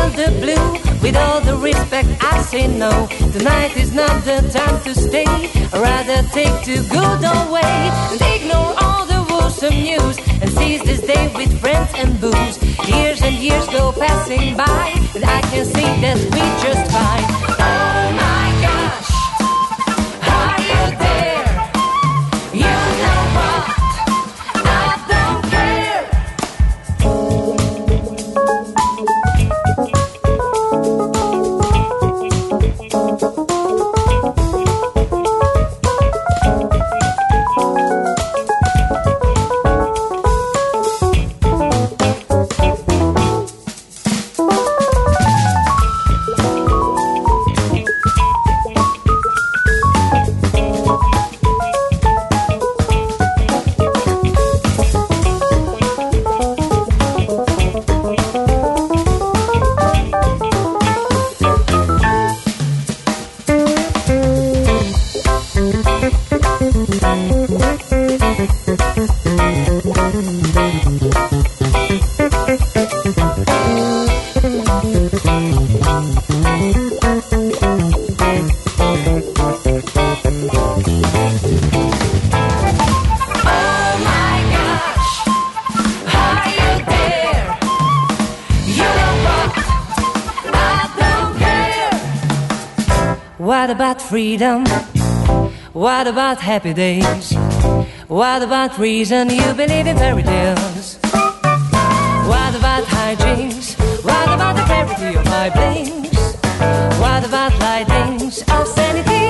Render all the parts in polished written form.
feel the blue. With all the respect I say no. Tonight is not the time to stay. I'd rather take to good away and ignore all the wholesome news and seize this day with friends and booze. Years and years go passing by and I can see that we just fine. Oh my gosh, are you there? You know what? I don't care. What about freedom? What about happy days? What about reason you believe in fairy tales? What about hijinks? What about the clarity of my blinks? What about lightnings of sanity?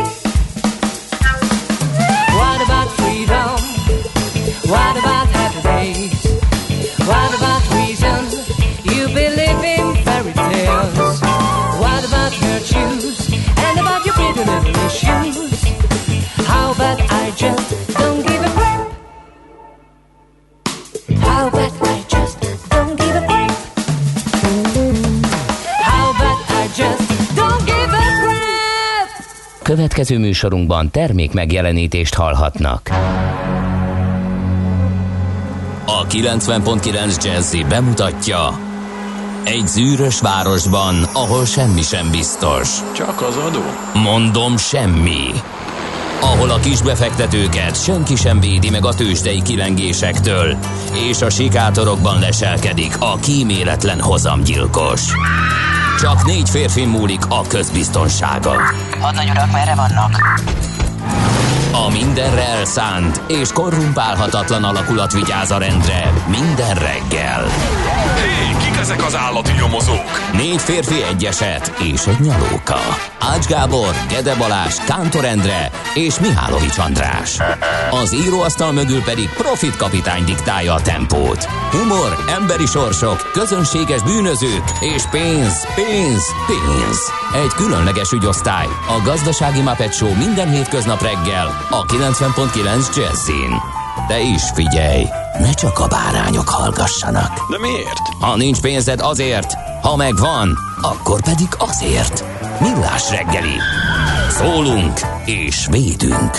What about freedom? What about happy days? What about reason you believe in fairy tales? What about virtues? And about your pretty little issues? How about I just don't give a crap? How about I just don't give a crap? How about I just don't give a crap? Következő műsorunkban termék megjelenítést hallhatnak. A 90.9 Jazzy bemutatja: egy zűrös városban, ahol semmi sem biztos. Csak az adó? Mondom, semmi. Ahol a kisbefektetőket senki sem védi meg a tőzsdei kilengésektől, és a sikátorokban leselkedik a kíméletlen hozamgyilkos. Csak 4 férfi múlik a közbiztonsága. Hadnagy urak, merre vannak? A mindenre elszánt és korrumpálhatatlan alakulat vigyáz a rendre minden reggel. Hé, kik ezek az állati nyomozók? 4 férfi, egy eset és egy nyalóka. Ács Gábor, Gede Balázs, Kántor Endre és Mihálovics András. Az íróasztal mögül pedig Profit kapitány diktálja a tempót. Humor, emberi sorsok, közönséges bűnözők és pénz, pénz, pénz. Egy különleges ügyosztály, a Gazdasági Muppet Show minden hétköznap reggel a 90.9 Jazzin. De is figyelj, ne csak a bárányok hallgassanak. De miért? Ha nincs pénzed, azért, ha megvan, akkor pedig azért. Millás reggeli. Szólunk és védünk.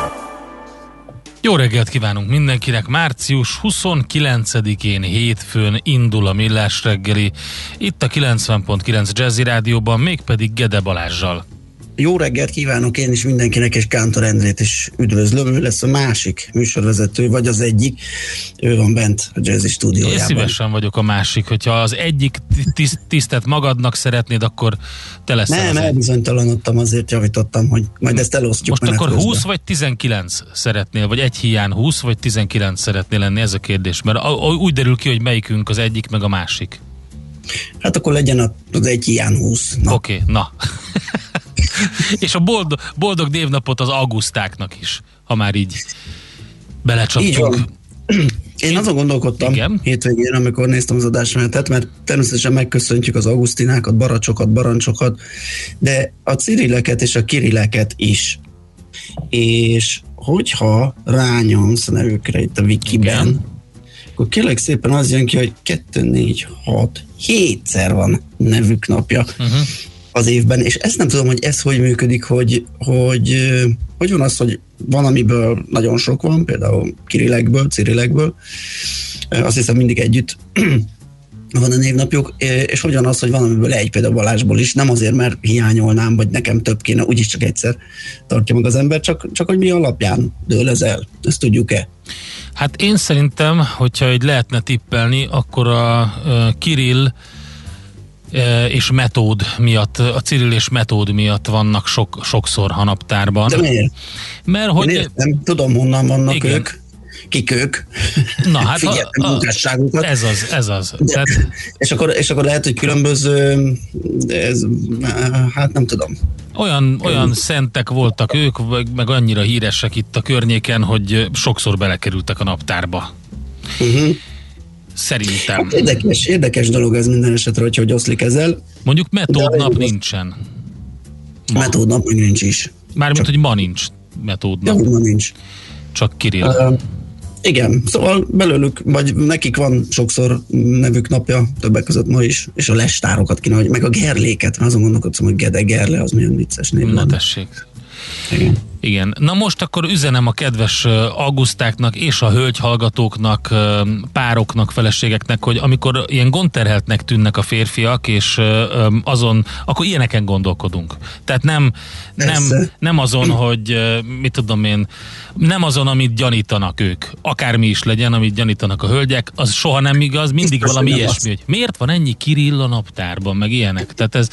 Jó reggelt kívánunk mindenkinek! Március 29-én hétfőn indul a Millás reggeli, itt a 90.9 Jazzy Rádióban, mégpedig Gede Balázssal. Jó reggelt kívánok én is mindenkinek, és Kántor Endrét is üdvözlöm. Ő lesz a másik műsorvezető, vagy az egyik. Ő van bent a Jazzy stúdiójában. Én szívesen vagyok a másik, hogyha az egyik tisztet magadnak szeretnéd, akkor te leszel. Nem, elbizonytalanodtam, azért javítottam, hogy majd ezt elosztjuk. Most akkor 20 vagy 19 szeretnél, vagy egy hiány 20 vagy 19 szeretnél lenni, ez a kérdés, mert úgy derül ki, hogy melyikünk az egyik, meg a másik. Hát akkor legyen az egy hiány 20. Oké, na. És a boldog névnapot az augusztáknak is, ha már így belecsaptunk. Én azon gondolkodtam hétvégén, amikor néztem az adásmenetet, mert természetesen megköszöntjük az augusztinákat, baracsokat, barancsokat, de a cirileket és a kirilleket is. És hogyha rányomsz a nevükre itt a wikiben, akkor kérlek szépen az jön ki, hogy 2, 4, 6, 7-szer van nevük napja az évben, és ezt nem tudom, hogy ez hogy működik, hogy van az, hogy van, amiből nagyon sok van, például kirillekből, cirilekből, azt hiszem mindig együtt van a névnapjuk, és hogyan az, hogy valamiből egy, például Balázsból is, nem azért, mert hiányolnám, vagy nekem több kéne, úgyis csak egyszer tartja meg az ember, csak hogy mi alapján dől ez el. Ezt tudjuk-e? Hát én szerintem, hogyha egy lehetne tippelni, akkor a Kirill és Metód miatt, a Cirill és Metód miatt vannak sokszor a naptárban. De miért? Mert hogy... Értem, tudom, honnan vannak igen. ők. Kik ők? Na, hát figyeltem munkásságukat. Ez az. De, és akkor lehet, hogy különböző, hát nem tudom. Olyan szentek voltak ők, meg annyira híresek itt a környéken, hogy sokszor belekerültek a naptárba. Szerintem. Hát érdekes dolog ez minden esetre, hogy oszlik ezzel. Mondjuk metódnap nincsen. Metódnap még nincs is. Mármint, hogy ma nincs metódnap. Ja, ma nincs. Csak Kirill. Igen, szóval belőlük, vagy nekik van sokszor nevük napja, többek között ma is, és a lestárokat kéne, meg a Gerléket, azon gondolkodtam, hogy Gede Gerle, az milyen vicces név. Na tessék. Igen. Na most akkor üzenem a kedves augusztáknak és a hölgyhallgatóknak, pároknak, feleségeknek, hogy amikor ilyen gondterheltnek tűnnek a férfiak, és azon, akkor ilyeneken gondolkodunk. Tehát nem azon, hogy mit tudom én, nem azon, amit gyanítanak ők. Akármi is legyen, amit gyanítanak a hölgyek, az soha nem igaz, mindig biztos, valami ilyesmi, hogy miért van ennyi Kirill a naptárban, meg ilyenek. Tehát ez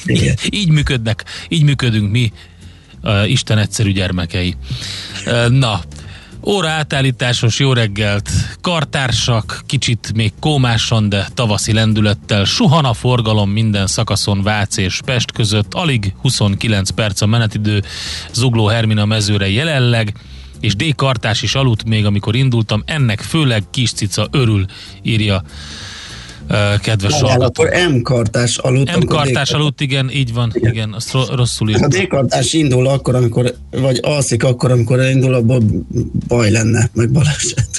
így működünk mi, Isten egyszerű gyermekei. Na, óra átállításos, jó reggelt, kartársak, kicsit még kómásan, de tavaszi lendülettel, suhan a forgalom minden szakaszon Vác és Pest között, alig 29 perc a menetidő, Zugló Hermina mezőre jelenleg, és D. Kartás is aludt még, amikor indultam, ennek főleg kis cica örül, írja kedves hallgató. Akkor M-kartás aludt. M-kartás aludt, igen, így van, igen, azt rosszul írtam. A D-kartás indul akkor, amikor, vagy alszik akkor, amikor elindul, abból baj lenne, meg baleset.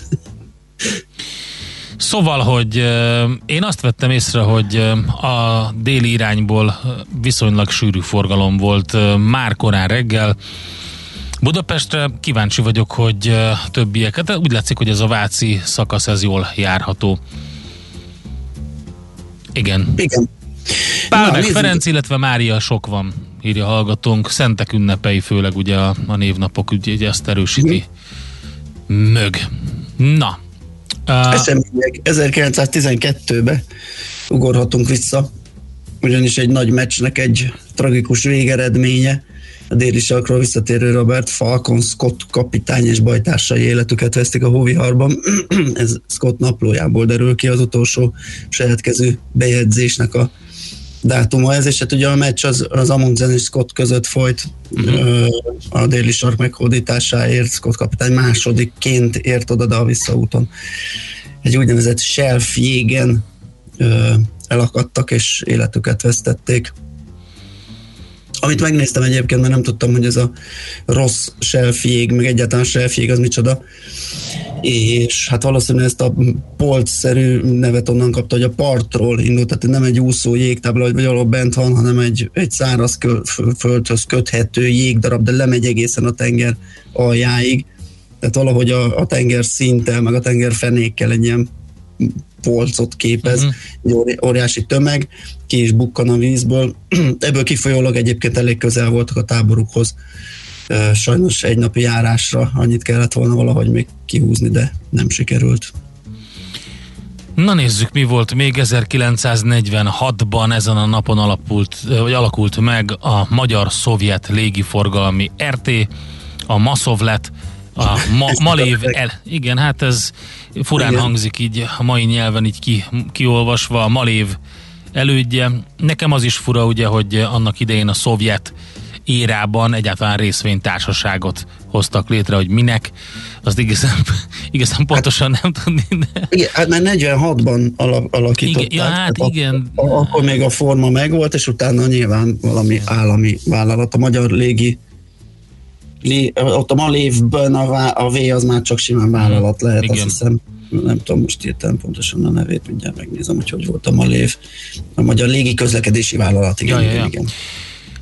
Szóval, hogy én azt vettem észre, hogy a déli irányból viszonylag sűrű forgalom volt már korán reggel. Budapestre kíváncsi vagyok, hogy többieket, úgy látszik, hogy ez a váci szakasz, ez jól járható. Igen. Pál meg Ferenc, illetve Mária sok van, írja hallgatónk. Szentek ünnepei, főleg ugye a névnapok, ugye ezt erősíti mög. Na. Események 1912-be ugorhatunk vissza, ugyanis egy nagy meccsnek egy tragikus végeredménye. A déli sarkról visszatérő Robert Falcon Scott kapitány és bajtársai életüket vesztik a hóviharban. Ez Scott naplójából derül ki, az utolsó sajátkező bejegyzésnek a dátuma ez, és hát ugye a meccs az Amundsen és Scott között folyt a déli sark meghódításáért. Scott kapitány másodikként ért oda, de a visszaúton egy úgynevezett shelf jégen elakadtak és életüket vesztették. Amit megnéztem egyébként, mert nem tudtam, hogy ez a rossz selfjég, meg egyáltalán selfjég az micsoda. És hát valószínűleg ezt a polcszerű nevet onnan kapta, hogy a partról indult, tehát nem egy úszó jégtábla, vagy valahol bent van, hanem egy száraz földhöz köthető jégdarab, de lemegy egészen a tenger aljáig. Tehát valahogy a tenger szinttel, meg a tenger fenékkel egy ilyen polcot képez, egy óriási tömeg, ki is bukkan a vízből. Ebből kifolyólag egyébként elég közel voltak a táborukhoz. Sajnos egy napi járásra annyit kellett volna valahogy még kihúzni, de nem sikerült. Na nézzük, mi volt még 1946-ban ezen a napon alakult meg a magyar-szovjet légiforgalmi RT, a Maszovlet, a Malév, igen, hát ez furán igen. Hangzik így a mai nyelven így kiolvasva, a Malév elődje. Nekem az is fura, ugye, hogy annak idején a szovjet érában egyáltalán részvénytársaságot hoztak létre, hogy minek, azt igazán pontosan nem tudni. De... Igen, hát már 46-ban alakították. Igen, hát igen. Akkor még a forma megvolt, és utána nyilván valami állami vállalat, a magyar légi ott a Malévben a V az már csak simán vállalat lehet, igen. Azt hiszem, nem tudom most hirtelen pontosan a nevét, mindjárt megnézem, hogy volt a Malév, a Magyar Légi Közlekedési Vállalat, igen. Ja.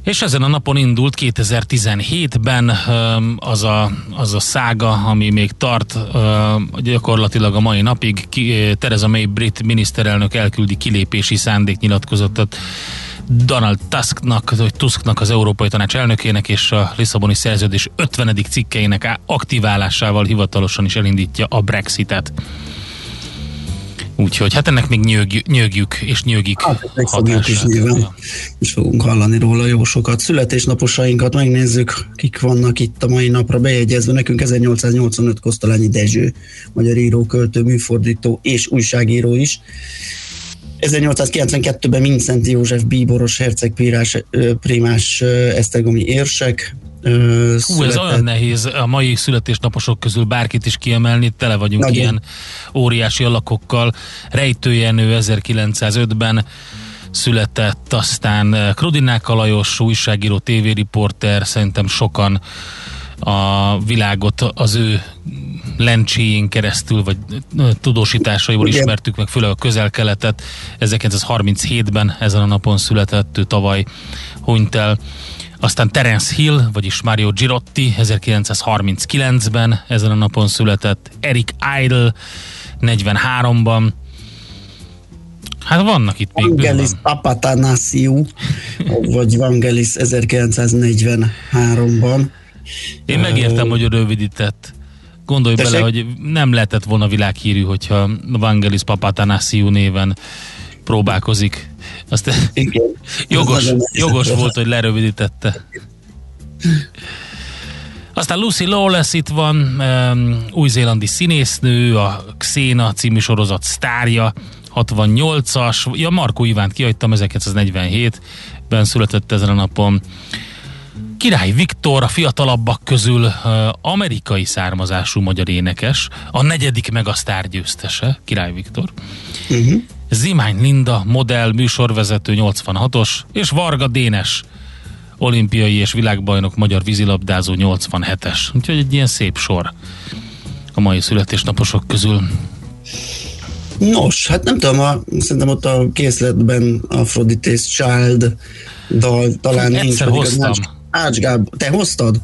És ezen a napon indult 2017-ben az a szága, ami még tart gyakorlatilag a mai napig. Theresa May brit miniszterelnök elküldi kilépési szándéknyilatkozatot Donald Tusknak, az Európai Tanács elnökének, és a Lisszaboni Szerződés 50. cikkeinek aktiválásával hivatalosan is elindítja a Brexitet. Úgyhogy hát ennek még nyögjük és nyögik hatását. És fogunk hallani róla jó sokat. Születésnaposainkat megnézzük, kik vannak itt a mai napra bejegyezve. Nekünk 1885 Kosztolányi Dezső, magyar író, költő, műfordító és újságíró is. 1892-ben Mindszenty József bíboros herceg prímás esztergomi érsek. Ez olyan nehéz a mai születésnaposok közül bárkit is kiemelni, tele vagyunk nagyon ilyen óriási alakokkal. Rejtő Jenő 1905-ben született, aztán Krudinák Alajos, újságíró, tévériporter, szerintem sokan a világot az ő lencséjén keresztül, vagy tudósításaiból ismertük meg, főleg a Közel-Keletet. 1937-ben ezen a napon született, ő tavaly hunyt el. Aztán Terence Hill, vagyis Mario Girotti 1939-ben ezen a napon született, Eric Idle 43-ban. Hát vannak itt még Vangelis Papatanasiu, vagy Vangelis 1943-ban. Én megértem, hogy rövidített. Gondolj bele, hogy nem lehetett volna világhírű, hogyha Vangelis Papatanasiu néven próbálkozik. Azt jogos volt, hogy lerövidítette. Aztán Lucy Lawless itt van, új-zélandi színésznő, a Xena című sorozat sztárja, 68-as, ja, Markó Ivánt kihagytam, 1947-ben született ezen a napon. Király Viktor, a fiatalabbak közül amerikai származású magyar énekes, a 4. Megasztár győztese, Király Viktor. Zimány Linda, modell, műsorvezető, 86-os, és Varga Dénes, olimpiai és világbajnok, magyar vízilabdázó, 87-es. Úgyhogy egy ilyen szép sor a mai születésnaposok közül. Nos, hát nem tudom, szerintem ott a készletben Aphrodite's Child dal talán nincs. Egyszer hoztam. Ács Gábor, te hoztad?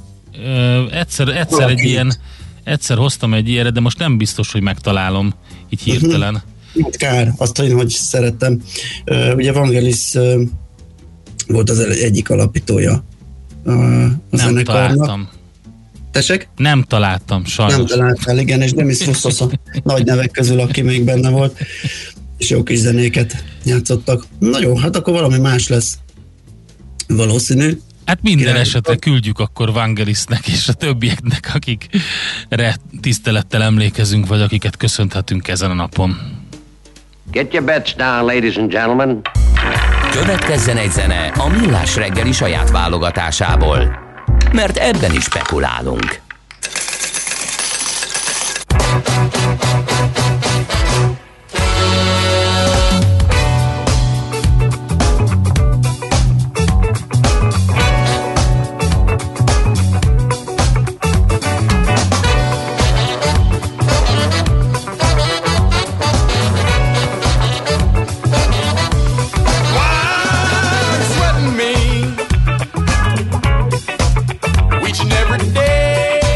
Egyszer hoztam egy ilyenre, de most nem biztos, hogy megtalálom így hirtelen. Kár, azt én hogy szerettem. Ugye Vangelis volt az egyik alapítója a zenekarnak. Találtam. Tessék? Nem találtam, sajnos. Nem találtál, igen, és Demis Roussos a nagy nevek közül, aki még benne volt, és jó kis zenéket játszottak. Na jó, hát akkor valami más lesz. Valószínű. Hát minden esetre küldjük akkor Vangelisnek és a többieknek, akikre tisztelettel emlékezünk, vagy akiket köszönhetünk ezen a napon. Get your bets down, ladies and gentlemen. Következzen egy zene a Millás reggeli saját válogatásából, mert ebben is spekulálunk. Each and every day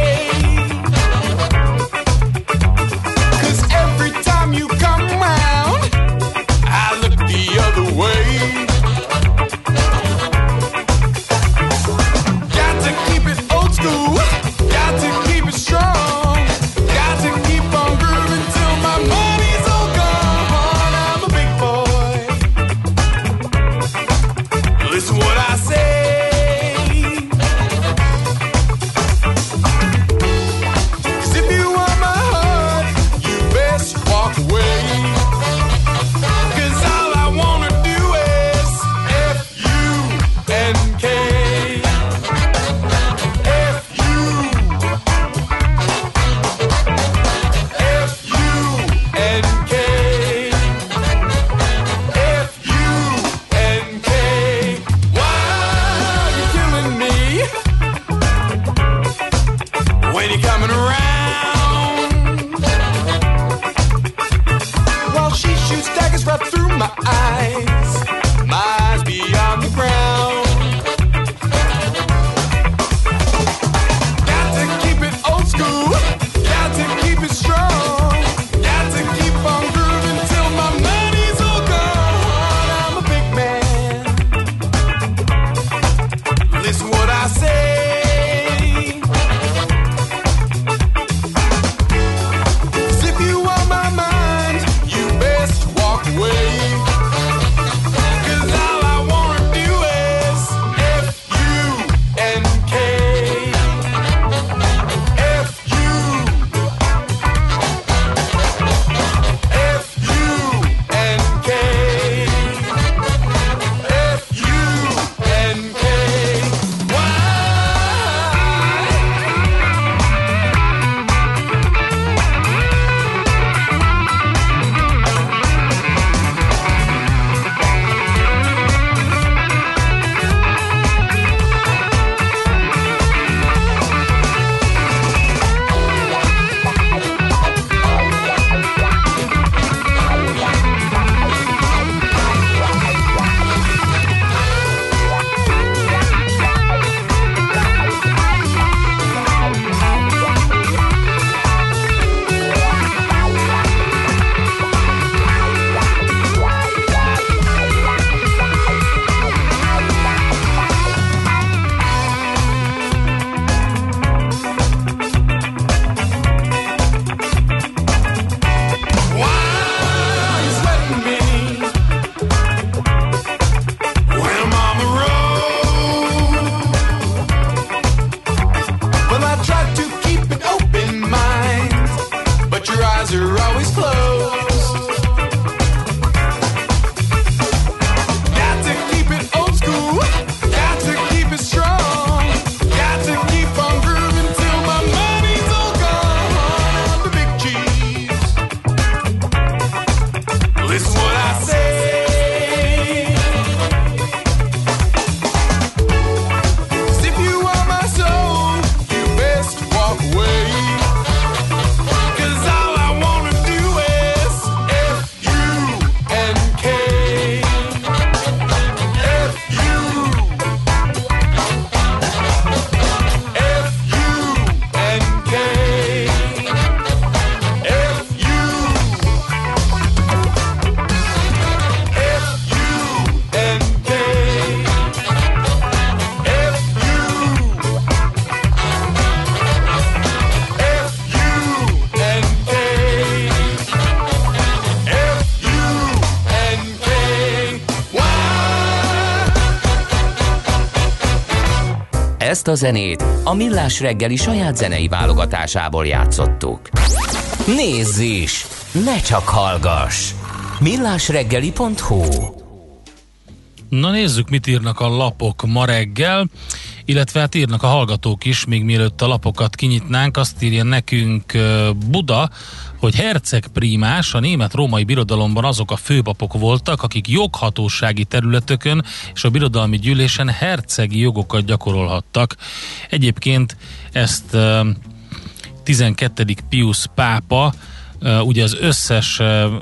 Ezt a zenét a Millás reggeli saját zenei válogatásából játszottuk. Nézz is! Ne csak hallgass! millásreggeli.hu. Na nézzük, mit írnak a lapok ma reggel, illetve hát írnak a hallgatók is, még mielőtt a lapokat kinyitnánk. Azt írja nekünk Buda, hogy herceg prímás a német-római birodalomban azok a főpapok voltak, akik joghatósági területökön és a birodalmi gyűlésen hercegi jogokat gyakorolhattak. Egyébként ezt 12. Pius pápa ugye az összes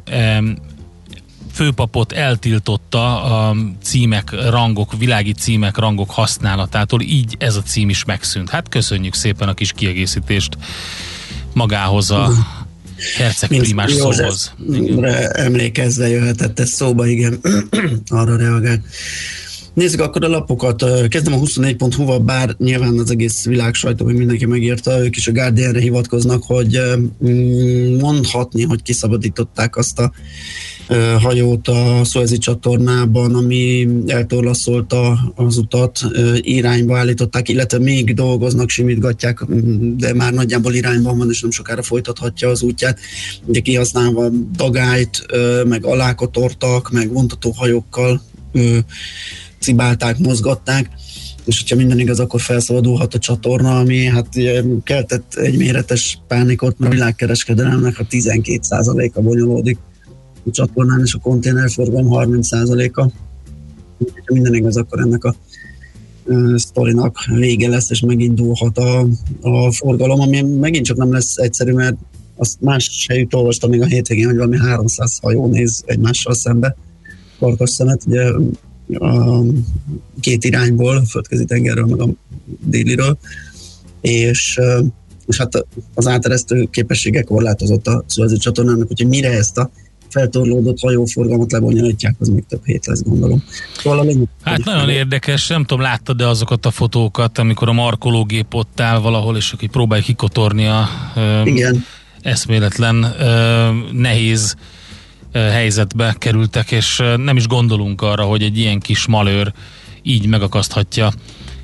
főpapot eltiltotta a címek, rangok, világi címek, rangok használatától, így ez a cím is megszűnt. Hát köszönjük szépen a kis kiegészítést magához a herceg prímás szóhoz. Emlékezve jöhetett ez szóba, igen, arra reagált. Nézzük akkor a lapokat. Kezdem a 24.hu-val, bár nyilván az egész világ sajtó, hogy mindenki megírta, ők is a Guardianre hivatkoznak, hogy mondhatni, hogy kiszabadították azt a hajót a Szuezi csatornában, ami eltorlaszolta az utat, irányba állították, illetve még dolgoznak, simítgatják, de már nagyjából irányban van, és nem sokára folytathatja az útját. Ugye kihasználva dagályt, meg alákotortak, meg vontató hajókkal cibálták, mozgatták, és hogyha minden igaz, akkor felszabadulhat a csatorna, ami hát keltett egy méretes pánikot, mert a világkereskedelemnek a 12%-a bonyolódik a csatornán, és a konténerforgalom 30%-a. Ha minden igaz, akkor ennek a sztorinak vége lesz, és megindulhat a forgalom, ami megint csak nem lesz egyszerű, mert azt más helyütt olvastam még a hétvégén, hogy valami 300 hajó néz egymással szembe Farkasszemet, ugye a két irányból, a földközi tengerről, meg a déliről, és hát az áteresztő képessége korlátozott a Szuezi csatornának, úgyhogy mire ezt a feltorlódott hajóforgalmat lebonyolítják, az még több hét lesz, gondolom. Hát nagyon érdekes, nem tudom, láttad-e azokat a fotókat, amikor a markológép ott áll valahol, és aki próbálja kikotorni a eszméletlen, nehéz helyzetbe kerültek, és nem is gondolunk arra, hogy egy ilyen kis malőr így megakaszthatja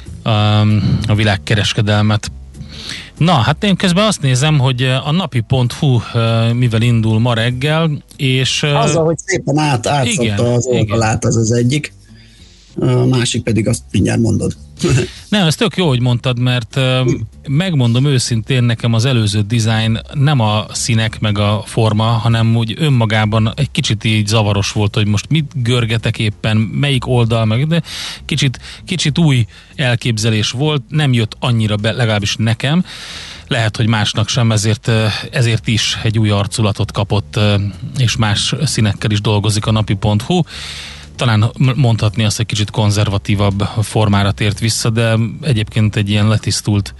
a világkereskedelmet. Na, hát én közben azt nézem, hogy a napi.hu mivel indul ma reggel, és... Azzal, hogy szépen átszadta az oldalát, az egyik, a másik pedig azt mindjárt mondod. Nem, ez tök jó, hogy mondtad, mert megmondom őszintén, nekem az előző design nem a színek meg a forma, hanem úgy önmagában egy kicsit így zavaros volt, hogy most mit görgetek éppen, melyik oldal, meg, de kicsit új elképzelés volt, nem jött annyira be, legalábbis nekem. Lehet, hogy másnak sem, ezért is egy új arculatot kapott, és más színekkel is dolgozik a napi.hu. Talán mondhatni azt, hogy kicsit konzervatívabb formára tért vissza, de egyébként egy ilyen letisztult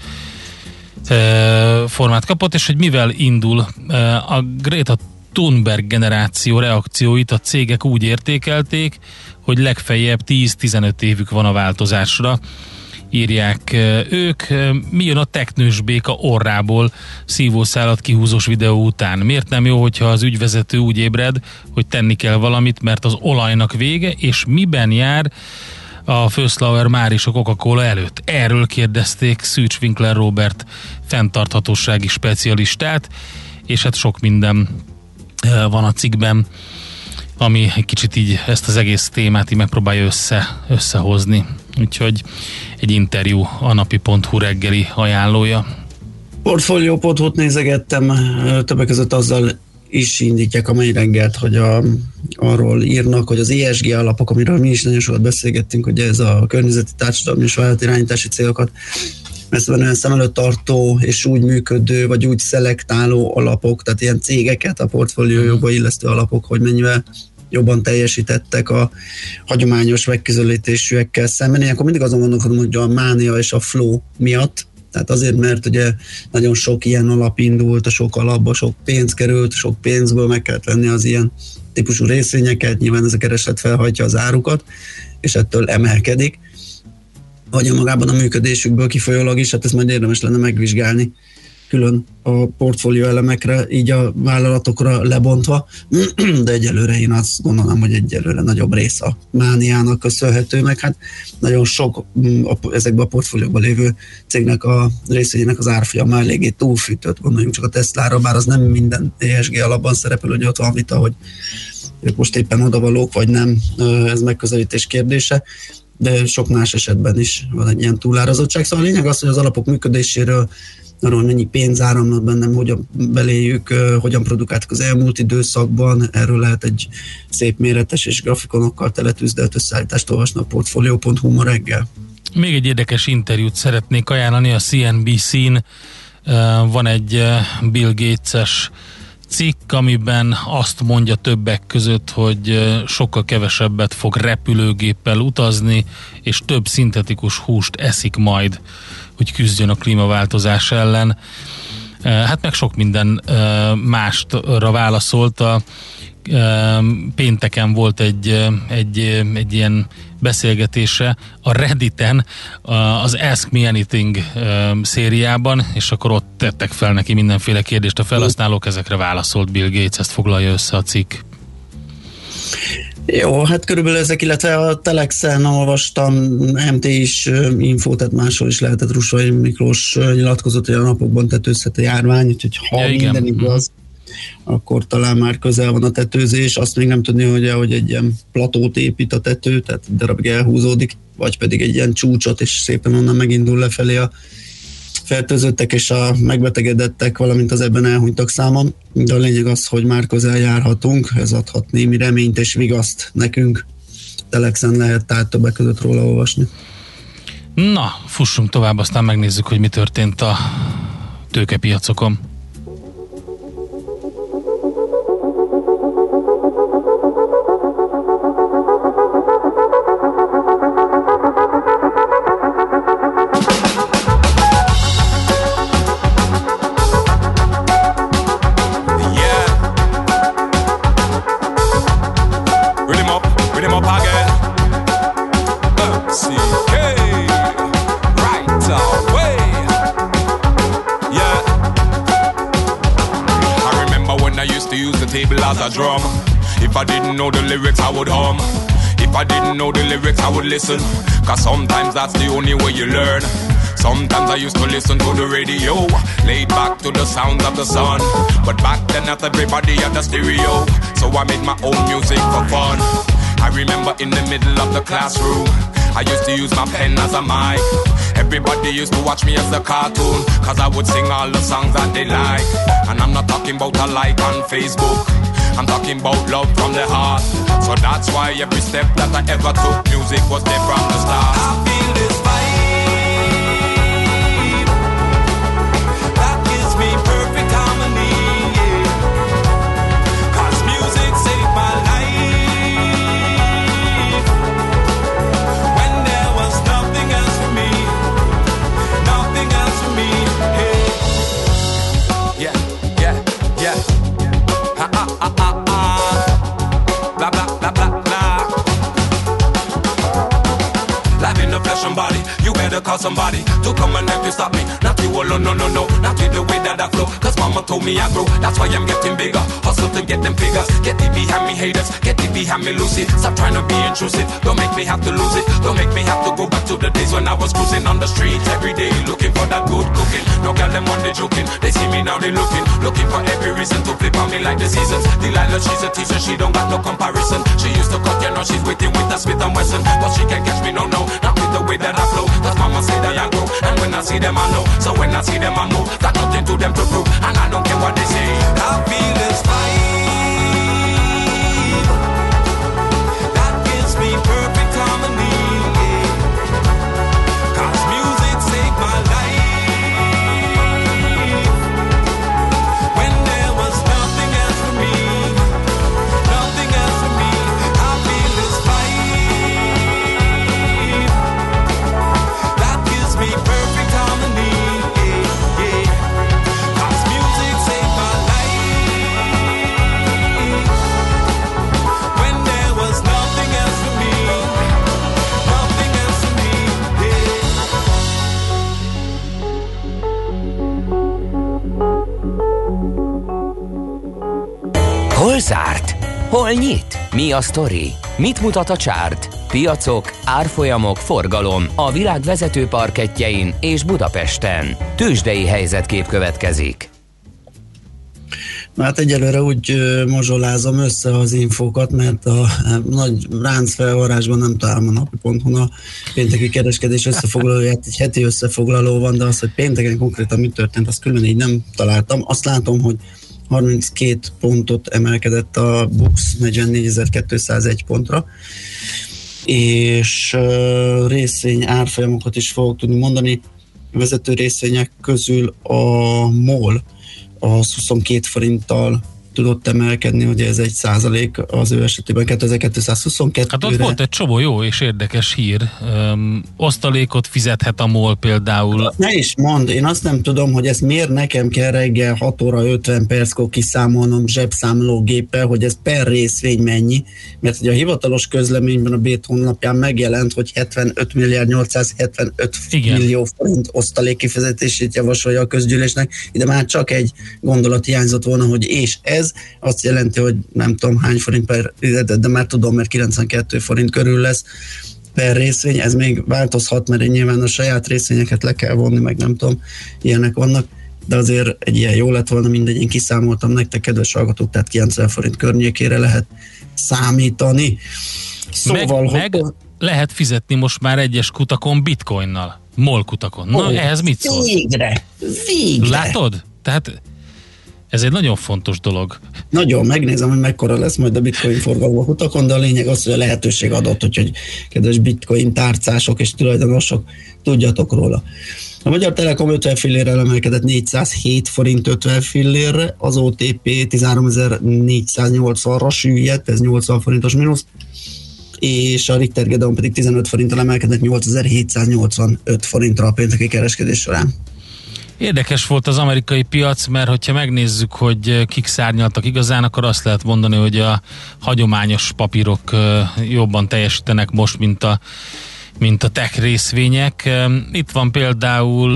formát kapott, és hogy mivel indul a Greta Thunberg generáció reakcióit a cégek úgy értékelték, hogy legfeljebb 10-15 évük van a változásra, írják ők. Mi jön a teknős béka orrából szívószálat kihúzós videó után? Miért nem jó, hogyha az ügyvezető úgy ébred, hogy tenni kell valamit, mert az olajnak vége, és miben jár a Föszlauer már is a Coca-Cola előtt? Erről kérdezték Szűcs Winkler Robert fenntarthatósági specialistát, és hát sok minden van a cikkben, ami egy kicsit így ezt az egész témát így megpróbálja összehozni. Úgyhogy egy interjú a napi.hu reggeli ajánlója. Portfolio.hu-t nézegettem, többek között azzal is indítják a mai reggelt, hogy arról írnak, hogy az ESG alapok, amiről mi is nagyon sokat beszélgettünk, hogy ez a környezeti, társadalmi és vállalatirányítási célokat messze szem előtt tartó és úgy működő, vagy úgy szelektáló alapok, tehát ilyen cégeket a portfóliójukba illesztő alapok, hogy mennyivel jobban teljesítettek a hagyományos megközelítésűekkel szemben. Én akkor mindig azon gondolkodom, hogy a mánia és a flow miatt, tehát azért, mert ugye nagyon sok ilyen alap indult, a sok alapba sok pénz került, sok pénzből meg kellett venni az ilyen típusú részvényeket, nyilván ez a kereslet felhajtja az árukat, és ettől emelkedik. Vagy magában a működésükből kifolyólag is, hát ezt majd érdemes lenne megvizsgálni, külön a portfólió elemekre, így a vállalatokra lebontva, de egyelőre én azt gondolom, hogy egyelőre nagyobb rész a mániának köszönhető, meg hát nagyon sok ezekben a portfóliókban lévő cégnek a részvényének az árfolyama eléggé túlfűtött, gondoljunk csak a Teslára, bár az nem minden ESG alapban szerepel, hogy ott van vita, hogy ők most éppen odavalók, vagy nem, ez megközelítés kérdése, de sok más esetben is van egy ilyen túlárazottság. Szóval a lényeg az, hogy az alapok működéséről, arról mennyi pénz áramlott bennem, hogyan beléjük, hogyan produkáltak az elmúlt időszakban, erről lehet egy szép méretes és grafikonokkal teletűzdelt összeállítást olvasni a Portfolio.hu ma reggel. Még egy érdekes interjút szeretnék ajánlani a CNBC-n. Van egy Bill Gates-es cikk, amiben azt mondja többek között, hogy sokkal kevesebbet fog repülőgéppel utazni, és több szintetikus húst eszik majd, hogy küzdjön a klímaváltozás ellen. Hát meg sok minden másra válaszolt. Pénteken volt egy ilyen beszélgetése a Redditen, az Ask Me Anything szériában, és akkor ott tettek fel neki mindenféle kérdést a felhasználók, ezekre válaszolt Bill Gates, ezt foglalja össze a cikk. Jó, hát körülbelül ezek, illetve a Telexen olvastam, MT is infót, tehát máshol is lehetett, Russai Miklós nyilatkozott, hogy a napokban tetőzhet a járvány, úgyhogy ha minden igaz, akkor talán már közel van a tetőzés. Azt még nem tudni, hogy egy ilyen platót épít a tető, tehát egy darabig elhúzódik, vagy pedig egy ilyen csúcsot, és szépen onnan megindul lefelé a fertőzöttek és a megbetegedettek, valamint az ebben elhunytak száma. De a lényeg az, hogy már közel járhatunk, ez adhat némi reményt és vigaszt nekünk. Telexen lehet tehát többek között róla olvasni. Na, fussunk tovább, aztán megnézzük, hogy mi történt a tőkepiacokon. As a drum. If I didn't know the lyrics, I would hum. If I didn't know the lyrics, I would listen. Cause sometimes that's the only way you learn. Sometimes I used to listen to the radio, laid back to the sounds of the sun. But back then not everybody had the stereo, so I made my own music for fun. I remember in the middle of the classroom, I used to use my pen as a mic. Everybody used to watch me as a cartoon, cause I would sing all the songs that they like. And I'm not talking about a like on Facebook, I'm talking about love from the heart. So that's why every step that I ever took, music was there from the start. I feel this vibe that gives me perfect harmony, yeah. Cause music saved my life when there was nothing else for me, nothing else for me, hey. Yeah, yeah, yeah. Ha ha ha ha ha. Blah blah blah blah blah. Live in the flesh and body, you better call somebody to come and help you stop me. Not you alone, no, no, no, not with the way that I flow. Cause mama told me I grow, that's why I'm getting bigger. Hustle to get them figures, get the behind me haters, get the behind me Lucy. Stop trying to be intrusive, don't make me have to lose it. Don't make me have to go back to the days when I was cruising on the street every day, looking for that good cooking. No girl them on the joking, they see me now they looking for every reason to flip on me like the seasons. Delilah, she's a teacher, she don't got no comparison. She used to cut, you know she's waiting with that Smith and Wesson, but she can't catch me, no, no, not with the way that I flow. Cause mama say that I grow, and when I see them I know. So when I see them I move, got nothing to them to prove, and I don't care what they say. I feel this vibe that gives me perfect harmony, yeah. Cause music saved my life when there was nothing else for me, nothing else for me. I feel this vibe that gives me perfect harmony, yeah, yeah. Cause music saved my life Hol zárt? Hol nyit? Mi a sztori? Mit mutat a csárt? Piacok, árfolyamok, forgalom a világ vezető parkettjein és Budapesten. Tőzsdei helyzetkép következik. Hát egyelőre úgy mozsolázom össze az infókat, mert a nagy ránc felvarrásban nem találom a napi.hu-n a pénteki kereskedés összefoglalóját, egy heti összefoglaló van, de az, hogy pénteken konkrétan mi történt, azt külön így nem találtam. Azt látom, hogy 32 pontot emelkedett a BUX 44.201 pontra, és részvény árfolyamokat is fogok tudni mondani. A vezető részvények közül a MOL az 22 forinttal tudott emelkedni, ugye ez 1% az ő esetében 2222-re. Hát ott volt egy csomó jó és érdekes hír. Osztalékot fizethet a MOL például. Ne is mondd, én azt nem tudom, hogy ezt miért nekem kell reggel 6 óra 50 perckor kiszámolnom zsebszámológéppel, hogy ez per részvény mennyi, mert ugye a hivatalos közleményben a BÉT honlapján megjelent, hogy 75 milliárd 875 millió forint osztalék kifizetését javasolja a közgyűlésnek, ide már csak egy gondolat hiányzott volna, hogy és ez azt jelenti, hogy nem tudom hány forint per, de már tudom, mert 92 forint körül lesz per részvény, ez még változhat, mert nyilván a saját részvényeket le kell vonni, meg nem tudom, ilyenek vannak, de azért egy ilyen jó lett volna, mindegy, én kiszámoltam nektek, kedves hallgatók, tehát 90 forint környékére lehet számítani. Szóval, meg lehet fizetni most már egyes kutakon bitcoinnal, MOL kutakon. Na, ehhez mit szólsz? Végre! Látod? Tehát ez egy nagyon fontos dolog. Nagyon, megnézem, hogy mekkora lesz majd a bitcoin forgalom a kutakon, de a lényeg az, hogy a lehetőség adott, hogy kedves bitcoin tárcások és tulajdonosok, tudjatok róla. A Magyar Telekom 50 fillérrel emelkedett 407 forint 50 fillérre, az OTP 13.480-ra süllyedt, ez 80 forintos mínusz, és a Richter Gedeon pedig 15 forinttal emelkedett 8.785 forintra a pénteki kereskedés során. Érdekes volt az amerikai piac, mert hogyha megnézzük, hogy kik szárnyaltak igazán, akkor azt lehet mondani, hogy a hagyományos papírok jobban teljesítenek most, mint a tech részvények. Itt van például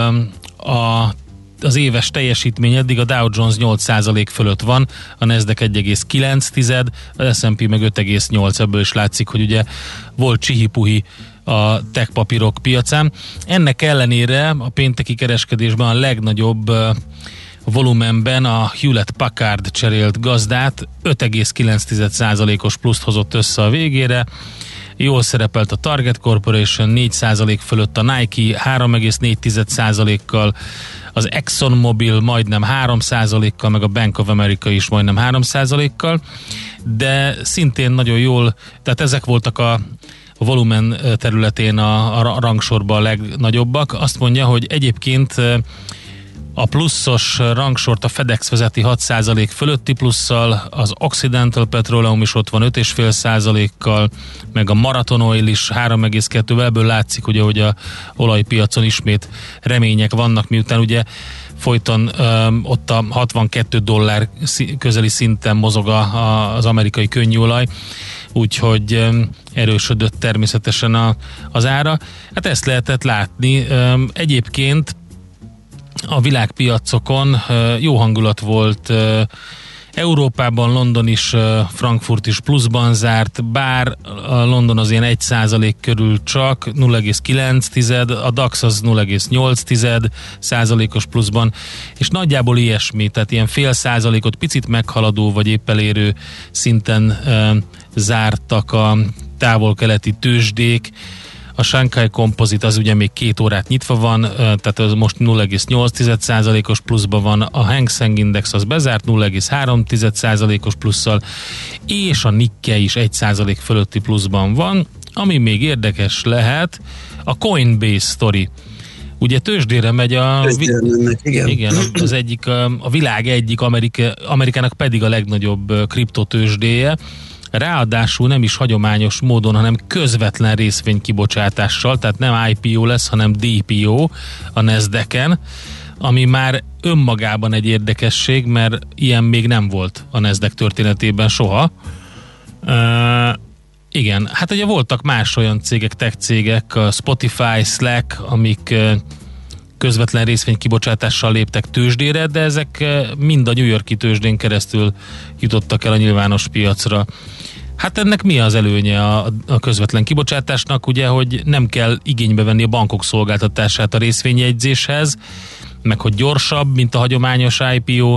az éves teljesítmény, eddig a Dow Jones 8% fölött van, a Nasdaq 1,9, a S&P meg 5,8, ebből is látszik, hogy ugye volt csihi-puhi a tech papírok piacán. Ennek ellenére a pénteki kereskedésben a legnagyobb volumenben a Hewlett Packard cserélt gazdát, 5,9%-os pluszt hozott össze a végére. Jól szerepelt a Target Corporation, 4% fölött a Nike, 3,4%-kal, az ExxonMobil majdnem 3%-kal, meg a Bank of America is majdnem 3%-kal, de szintén nagyon jól, tehát ezek voltak a volumen területén a rangsorban a legnagyobbak. Azt mondja, hogy egyébként a pluszos rangsort a FedEx vezeti 6% fölötti plusszal, az Occidental Petroleum is ott van 5,5%-kal, meg a Marathon Oil is 3,2%, ebből látszik ugye, hogy a olajpiacon ismét remények vannak, miután ugye folyton ott a $62 közeli szinten mozog az amerikai könnyűolaj, úgyhogy erősödött természetesen az ára. Hát ezt lehetett látni. Egyébként a világpiacokon jó hangulat volt, Európában, London is, Frankfurt is pluszban zárt, bár a London az ilyen 1% körül csak, 0,9, a DAX az 0,8%-os pluszban, és nagyjából ilyesmi, tehát ilyen fél százalékot picit meghaladó vagy épp elérő szinten zártak a távol-keleti tőzsdék. A Shanghai Composite az ugye még 2 órát nyitva van, tehát az most 0,8%-os pluszban van, a Hang Seng Index az bezárt 0,3%-os plusszal, és a Nikkei is 1% fölötti pluszban van. Ami még érdekes lehet, a Coinbase sztori. Ugye tőzsdére megy igen, az egyik, a világ egyik, Amerikának pedig a legnagyobb kriptotőzsdéje, ráadásul nem is hagyományos módon, hanem közvetlen részvénykibocsátással, tehát nem IPO lesz, hanem DPO a Nasdaqen, ami már önmagában egy érdekesség, mert ilyen még nem volt a Nasdaq történetében soha. Igen, hát ugye voltak más olyan cégek, tech cégek, a Spotify, Slack, amik közvetlen részvénykibocsátással léptek tőzsdére, de ezek mind a New York-i tőzsdén keresztül jutottak el a nyilvános piacra. Hát ennek mi az előnye a közvetlen kibocsátásnak? Ugye, hogy nem kell igénybe venni a bankok szolgáltatását a részvényjegyzéshez, meg hogy gyorsabb, mint a hagyományos IPO,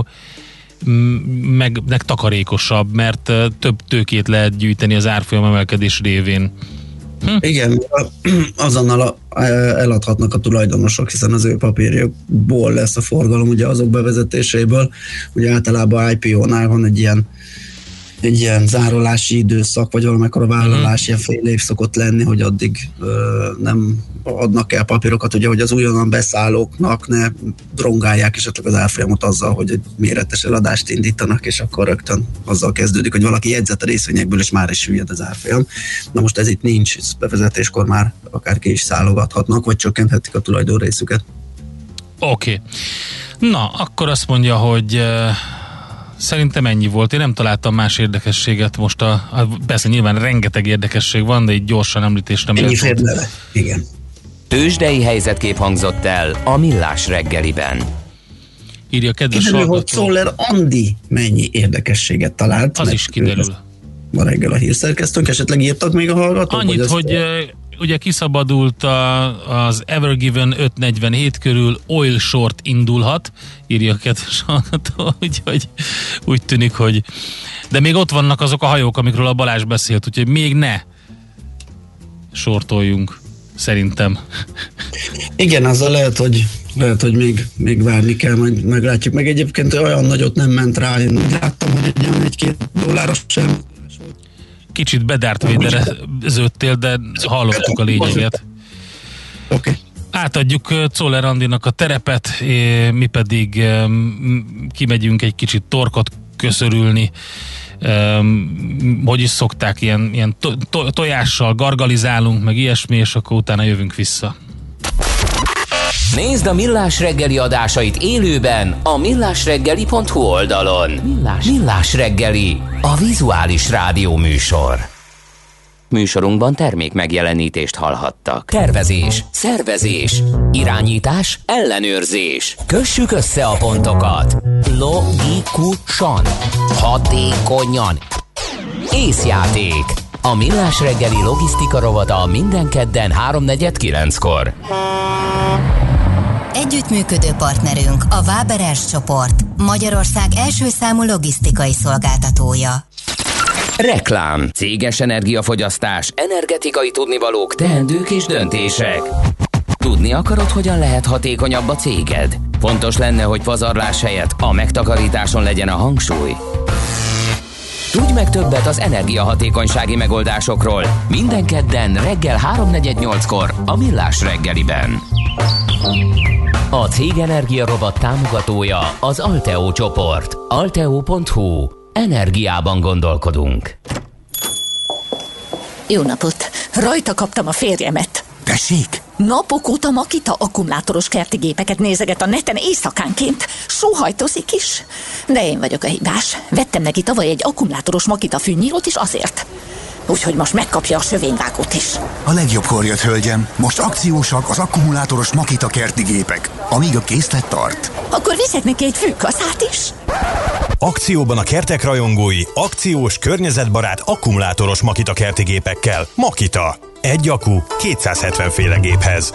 meg takarékosabb, mert több tőkét lehet gyűjteni az árfolyam emelkedés révén. Igen, azonnal eladhatnak a tulajdonosok, hiszen az ő papírjukból lesz a forgalom, ugye azok bevezetéséből. Ugye általában IPO-nál van egy ilyen zárolási időszak, vagy valamikor a vállalás ilyen fél év szokott lenni, hogy addig nem adnak el papírokat, ugye, hogy az újonnan beszállóknak ne drongálják esetleg az árfolyamot azzal, hogy egy méretes eladást indítanak, és akkor rögtön azzal kezdődik, hogy valaki jegyzet a részvényekből, és már is süllyed az árfolyam. Na most ez itt nincs, ez bevezetéskor már akárki is szállogathatnak, vagy csökkenthetik a tulajdonrészüket. Oké. Na, akkor azt mondja, hogy szerintem ennyi volt. Én nem találtam más érdekességet most. Persze nyilván rengeteg érdekesség van, de így gyorsan említést nem ennyi fér bele. Igen. Tőzsdei helyzetkép hangzott el a Millás reggeliben. Írja kedves hallgató. Hogy Czoller Andi mennyi érdekességet talált. Az is kiderül. Ma reggel a hírszerkesztőnk, esetleg írtak még a hallgatók? Annyit, hogy ugye kiszabadult az Ever Given 547 körül oil short indulhat, írja a kedves hallgató, úgyhogy úgy tűnik, hogy de még ott vannak azok a hajók, amikről a Balázs beszélt, úgyhogy még ne sortoljunk, szerintem. Igen, azzal lehet, hogy még várni kell, majd meglátjuk. Meg egyébként olyan nagyot nem ment rá, én láttam, hogy $1-2 sem. Kicsit bedárt védeleződtél, de hallottuk a lényeget. Oké. Átadjuk Czoller Andinak a terepet, mi pedig kimegyünk egy kicsit torkot köszörülni. Hogy is szokták, ilyen tojással gargalizálunk, meg ilyesmi, és akkor utána jövünk vissza. Nézd a Millás reggeli adásait élőben a millásreggeli.hu oldalon. Millás reggeli, a vizuális rádió műsor. Műsorunkban termék megjelenítést hallhattak. Tervezés, szervezés, irányítás, ellenőrzés. Kössük össze a pontokat. Logikusan, hatékonyan. Észjáték. A Millás reggeli logisztika rovata minden kedden 3:49-kor. Együttműködő partnerünk a Waberers csoport, Magyarország első számú logisztikai szolgáltatója. Reklám, céges energiafogyasztás, energetikai tudnivalók, teendők és döntések. Tudni akarod, hogyan lehet hatékonyabb a céged? Fontos lenne, hogy pazarlás helyett a megtakarításon legyen a hangsúly. Tudj meg többet az energiahatékonysági megoldásokról minden kedden reggel 3:48-kor a Millás reggeliben. A Cég Energia Robot támogatója az Alteo csoport. Alteo.hu. Energiában gondolkodunk. Jó napot! Rajta kaptam a férjemet. Tessék? Napok óta Makita akkumulátoros kerti gépeket nézeget a neten éjszakánként. Sóhajtozik is. De én vagyok a hibás. Vettem neki tavaly egy akkumulátoros Makita fűnyírót is azért. Úgyhogy most megkapja a sövényvágót is. A legjobbkor jött, hölgyem. Most akciósak az akkumulátoros Makita kerti gépek, amíg a készlet tart. Akkor viszek neki egy fűkaszát is. Akcióban a kertek rajongói akciós, környezetbarát akkumulátoros Makita kerti gépekkel. Makita. Egy akku 270 féle géphez.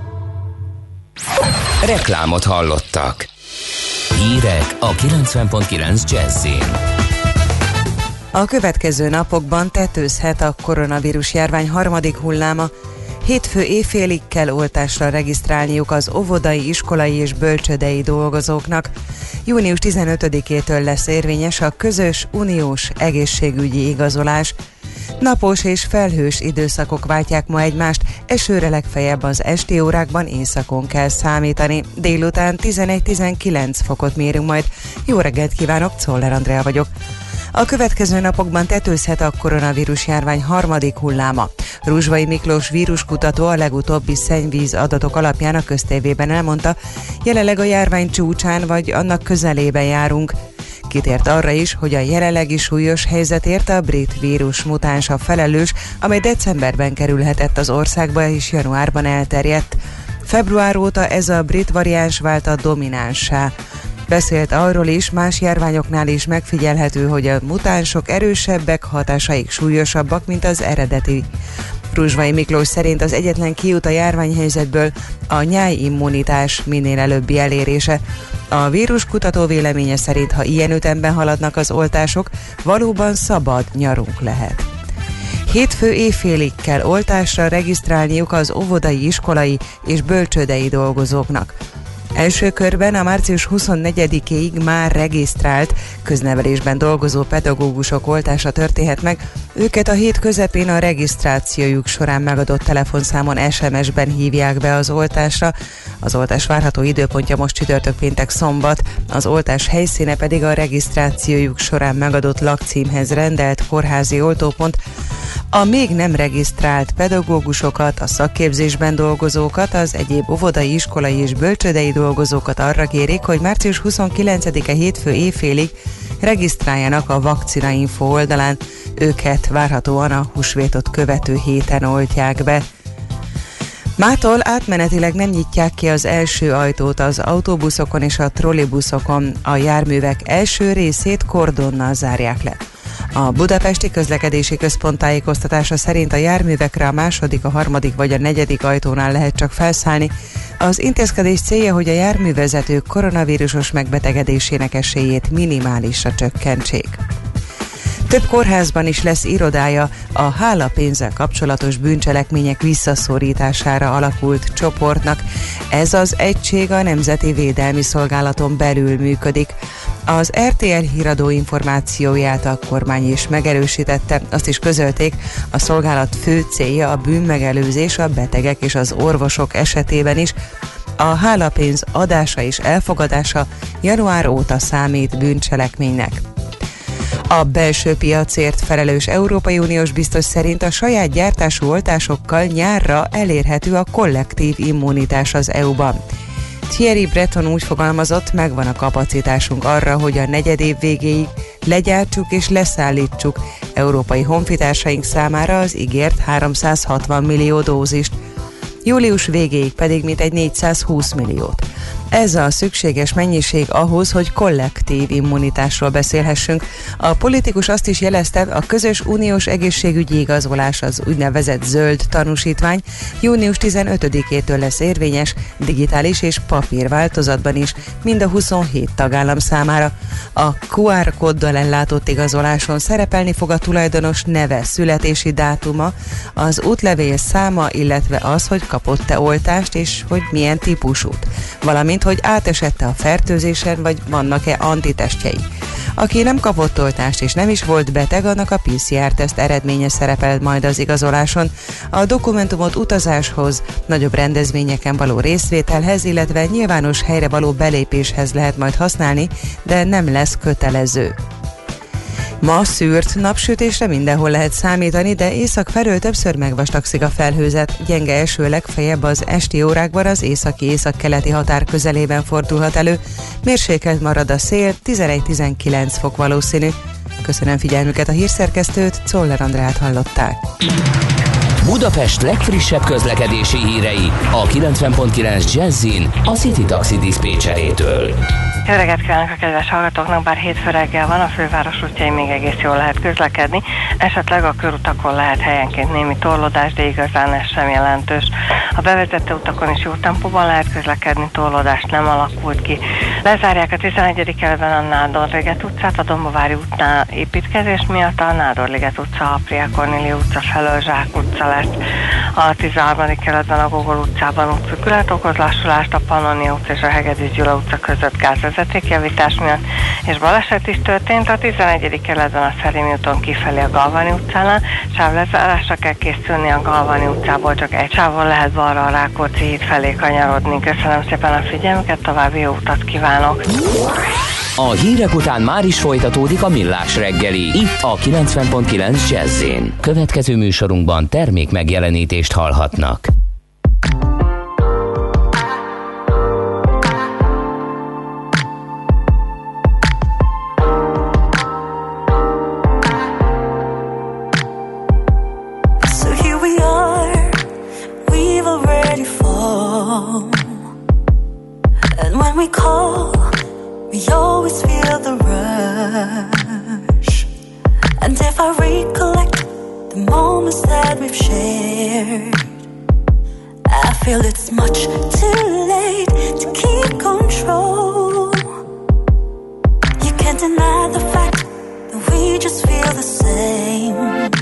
Reklámot hallottak. Hírek a 90.9 Jazzin. A következő napokban tetőzhet a koronavírus járvány harmadik hulláma. Hétfő éjfélig kell oltásra regisztrálniuk az óvodai, iskolai és bölcsődei dolgozóknak. Június 15-től lesz érvényes a közös uniós egészségügyi igazolás. Napos és felhős időszakok váltják ma egymást, esőre legfeljebb az esti órákban északon kell számítani. Délután 11-19 fokot mérünk majd. Jó reggelt kívánok, Czoller Andrea vagyok. A következő napokban tetőzhet a koronavírus járvány harmadik hulláma. Ruzsvai Miklós víruskutató a legutóbbi szennyvíz adatok alapján a Köztévében elmondta, jelenleg a járvány csúcsán vagy annak közelében járunk. Kitért arra is, hogy a jelenlegi súlyos helyzetért a brit vírus mutánsa felelős, amely decemberben kerülhetett az országba és januárban elterjedt. Február óta ez a brit variáns vált a dominánssá. Beszélt arról is, más járványoknál is megfigyelhető, hogy a mutánsok erősebbek, hatásaik súlyosabbak, mint az eredeti. Ruzsvai Miklós szerint az egyetlen kiút a járványhelyzetből a nyájimmunitás minél előbbi elérése. A víruskutató véleménye szerint, ha ilyen ütemben haladnak az oltások, valóban szabad nyarunk lehet. Hétfő éjfélig kell oltásra regisztrálniuk az óvodai, iskolai és bölcsődei dolgozóknak. Első körben a március 24-ig már regisztrált köznevelésben dolgozó pedagógusok oltása történhet meg. Őket a hét közepén a regisztrációjuk során megadott telefonszámon SMS-ben hívják be az oltásra. Az oltás várható időpontja most csütörtök, péntek, szombat, az oltás helyszíne pedig a regisztrációjuk során megadott lakcímhez rendelt kórházi oltópont. A még nem regisztrált pedagógusokat, a szakképzésben dolgozókat, az egyéb óvodai, iskolai és bölcsődei dolgozókat arra kérik, hogy március 29-e hétfő éjfélig regisztráljanak a vakcinainfo oldalán. Őket várhatóan a húsvétot követő héten oltják be. Mától átmenetileg nem nyitják ki az első ajtót az autóbuszokon és a trollibuszokon. A járművek első részét kordonnal zárják le. A Budapesti Közlekedési Központ tájékoztatása szerint a járművekre a második, a harmadik vagy a negyedik ajtónál lehet csak felszállni. Az intézkedés célja, hogy a járművezetők koronavírusos megbetegedésének esélyét minimálisra csökkentsék. Több kórházban is lesz irodája a hálapénzzel kapcsolatos bűncselekmények visszaszorítására alakult csoportnak. Ez az egység a Nemzeti Védelmi Szolgálaton belül működik. Az RTL híradó információját a kormány is megerősítette, azt is közölték, a szolgálat fő célja a bűnmegelőzés a betegek és az orvosok esetében is. A hálapénz adása és elfogadása január óta számít bűncselekménynek. A belső piacért felelős Európai Uniós biztos szerint a saját gyártású oltásokkal nyárra elérhető a kollektív immunitás az EU-ban. Thierry Breton úgy fogalmazott, megvan a kapacitásunk arra, hogy a negyedév végéig legyártsuk és leszállítsuk európai honfitársaink számára az ígért 360 millió dózist, július végéig pedig mintegy 420 milliót. Ez a szükséges mennyiség ahhoz, hogy kollektív immunitásról beszélhessünk. A politikus azt is jelezte, a közös uniós egészségügyi igazolás, az úgynevezett zöld tanúsítvány június 15-től lesz érvényes, digitális és papír változatban is, mind a 27 tagállam számára. A QR kóddal ellátott igazoláson szerepelni fog a tulajdonos neve, születési dátuma, az útlevél száma, illetve az, hogy kapott-e oltást és hogy milyen típusút, valamint hogy átesette a fertőzésen, vagy vannak-e antitestjei. Aki nem kapott oltást és nem is volt beteg, annak a PCR-teszt eredménye szerepel majd az igazoláson. A dokumentumot utazáshoz, nagyobb rendezvényeken való részvételhez, illetve nyilvános helyre való belépéshez lehet majd használni, de nem lesz kötelező. Ma szűrt napsütésre mindenhol lehet számítani, de észak felől többször megvastagszik a felhőzet. Gyenge eső legfeljebb az esti órákban az északi-északkeleti határ közelében fordulhat elő. Mérsékelt marad a szél, 11-19 fok valószínű. Köszönöm figyelmüket, a hírszerkesztőt, Czoller Andrát hallották. Budapest legfrissebb közlekedési hírei a 90.9 Jazzin a City Taxi diszpécserétől. Jó reggelt kívánok a kedves hallgatóknak, bár hétfő reggel van, a főváros útjain még egész jól lehet közlekedni, esetleg a körutakon lehet helyenként némi torlódás, de igazán ez sem jelentős. A bevezető utakon is jó tempóban lehet közlekedni, torlódás nem alakult ki. Lezárják a 11. kerületben a Nádor-liget utcát, a Dombovári útnál építkezés miatt, a Nádor-liget utca, Apria Kornélia utca felől Zsák utca lesz. A 13. kerületben a Gogol utcában útszűkület okoz lassulást, a Pannonia utca és a Hegedűs Gyula utca között gázvezetékjavítás miatt, és baleset is történt a 11. kerületben a Szerémi úton kifelé a Galvani utcánál. Sávlezárásra kell készülni, a Galvani utcából csak egy sávon lehet balra a Rákóczi híd felé kanyarodni. Köszönöm szépen a figyelmüket, további jó utat kívánok! A hírek után már is folytatódik a Millás reggeli, itt a 90.9 Jazz-én. Következő műsorunkban termék megjelenítést hallhatnak. So here we are, we've already fallen. moments that we've shared. I feel it's much too late to keep control. You can't deny the fact that we just feel the same.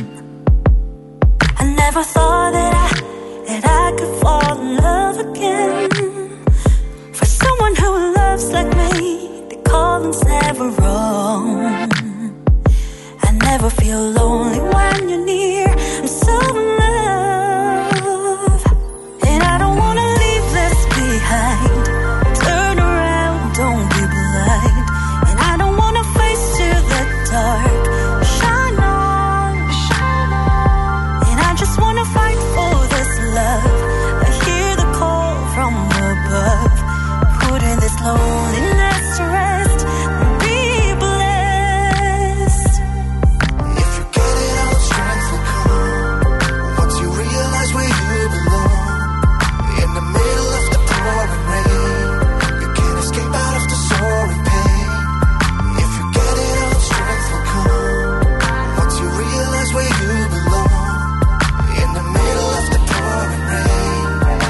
I never thought that I could fall in love again. For someone who loves like me, the calling's never wrong. I never feel lonely when you're near. I'm so in love, and I don't wanna leave this behind. Turn around, don't be blind, and I don't wanna face to the dark. Shine on, and I just wanna fight for this love. I hear the call from above, putting this loneliness to rest. Be blessed. If you get it all, strength will come. Once you realize where you belong, in the middle of the pouring rain, you can't escape out of the soaring pain. If you get it all, strength will come. Once you realize where you belong, in the middle of the pouring rain.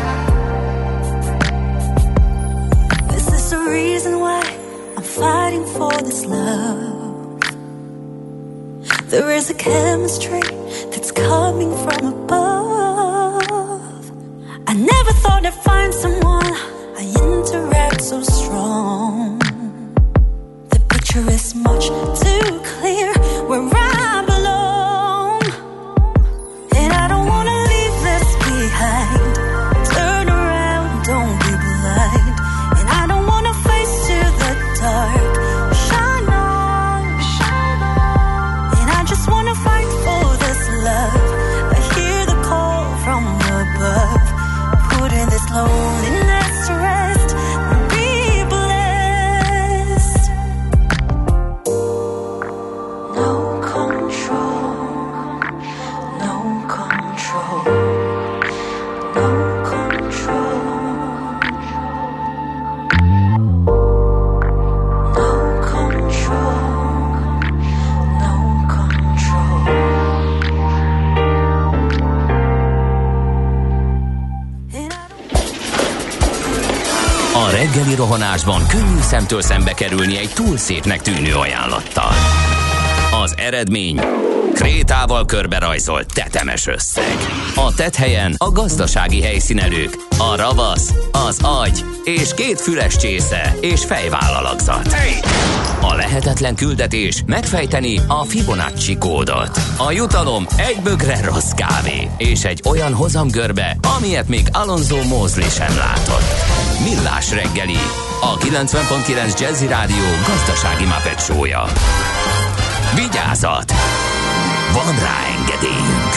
This is the reason why I'm fighting for this love. There is a chemistry that's coming from above. I never thought I'd find someone I interact so strong. The picture is much too clear where I belong, and I don't wanna leave this behind. Turn around, don't be blind, and I don't wanna face to the dark. Shine on, and I just wanna fight for this love. I hear the call from above, putting this loneliness to rest. Be blessed. No control, no control, no control, no control, no control. A reggeli rohanásban könnyű szemtől szembe kerülni egy túl szépnek tűnő ajánlattal. Az eredmény krétával körberajzolt tetemes összeg. A tetthelyen a gazdasági helyszínelők, a ravasz, az agy és 2 füles csésze és fejvállalakzat. A lehetetlen küldetés megfejteni a Fibonacci kódot. A jutalom egy bögre rossz kávé és egy olyan hozamgörbe, amilyet még Alonso Mosley sem látott. Millás reggeli, a 90.9 Jazzy Rádió gazdasági Muppet show-ja. Vigyázat! Van rá engedélyünk!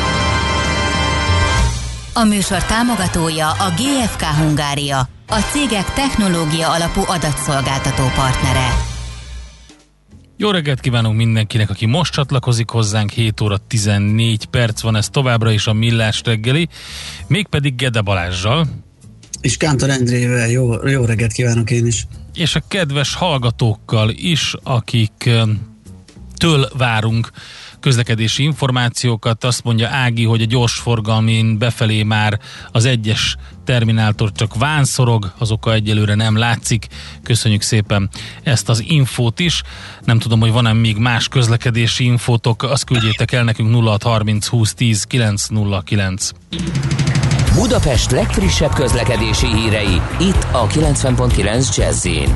A műsor támogatója a GFK Hungária, a cégek technológia alapú adatszolgáltató partnere. Jó reggelt kívánunk mindenkinek, aki most csatlakozik hozzánk, 7 óra 14 perc van, ez továbbra is a Millás reggeli, mégpedig Gede Balázssal. És Kántor Endrével, jó reggelt kívánok én is. És a kedves hallgatókkal is, akik től várunk közlekedési információkat. Azt mondja Ági, hogy a gyorsforgalmin befelé már az egyes termináltól csak vánszorog, az oka egyelőre nem látszik. Köszönjük szépen ezt az infót is. Nem tudom, hogy van-e még más közlekedési infótok, azt küldjétek el nekünk 0630 20 10 909. Budapest legfrissebb közlekedési hírei, itt a 90.9 Jazz-in.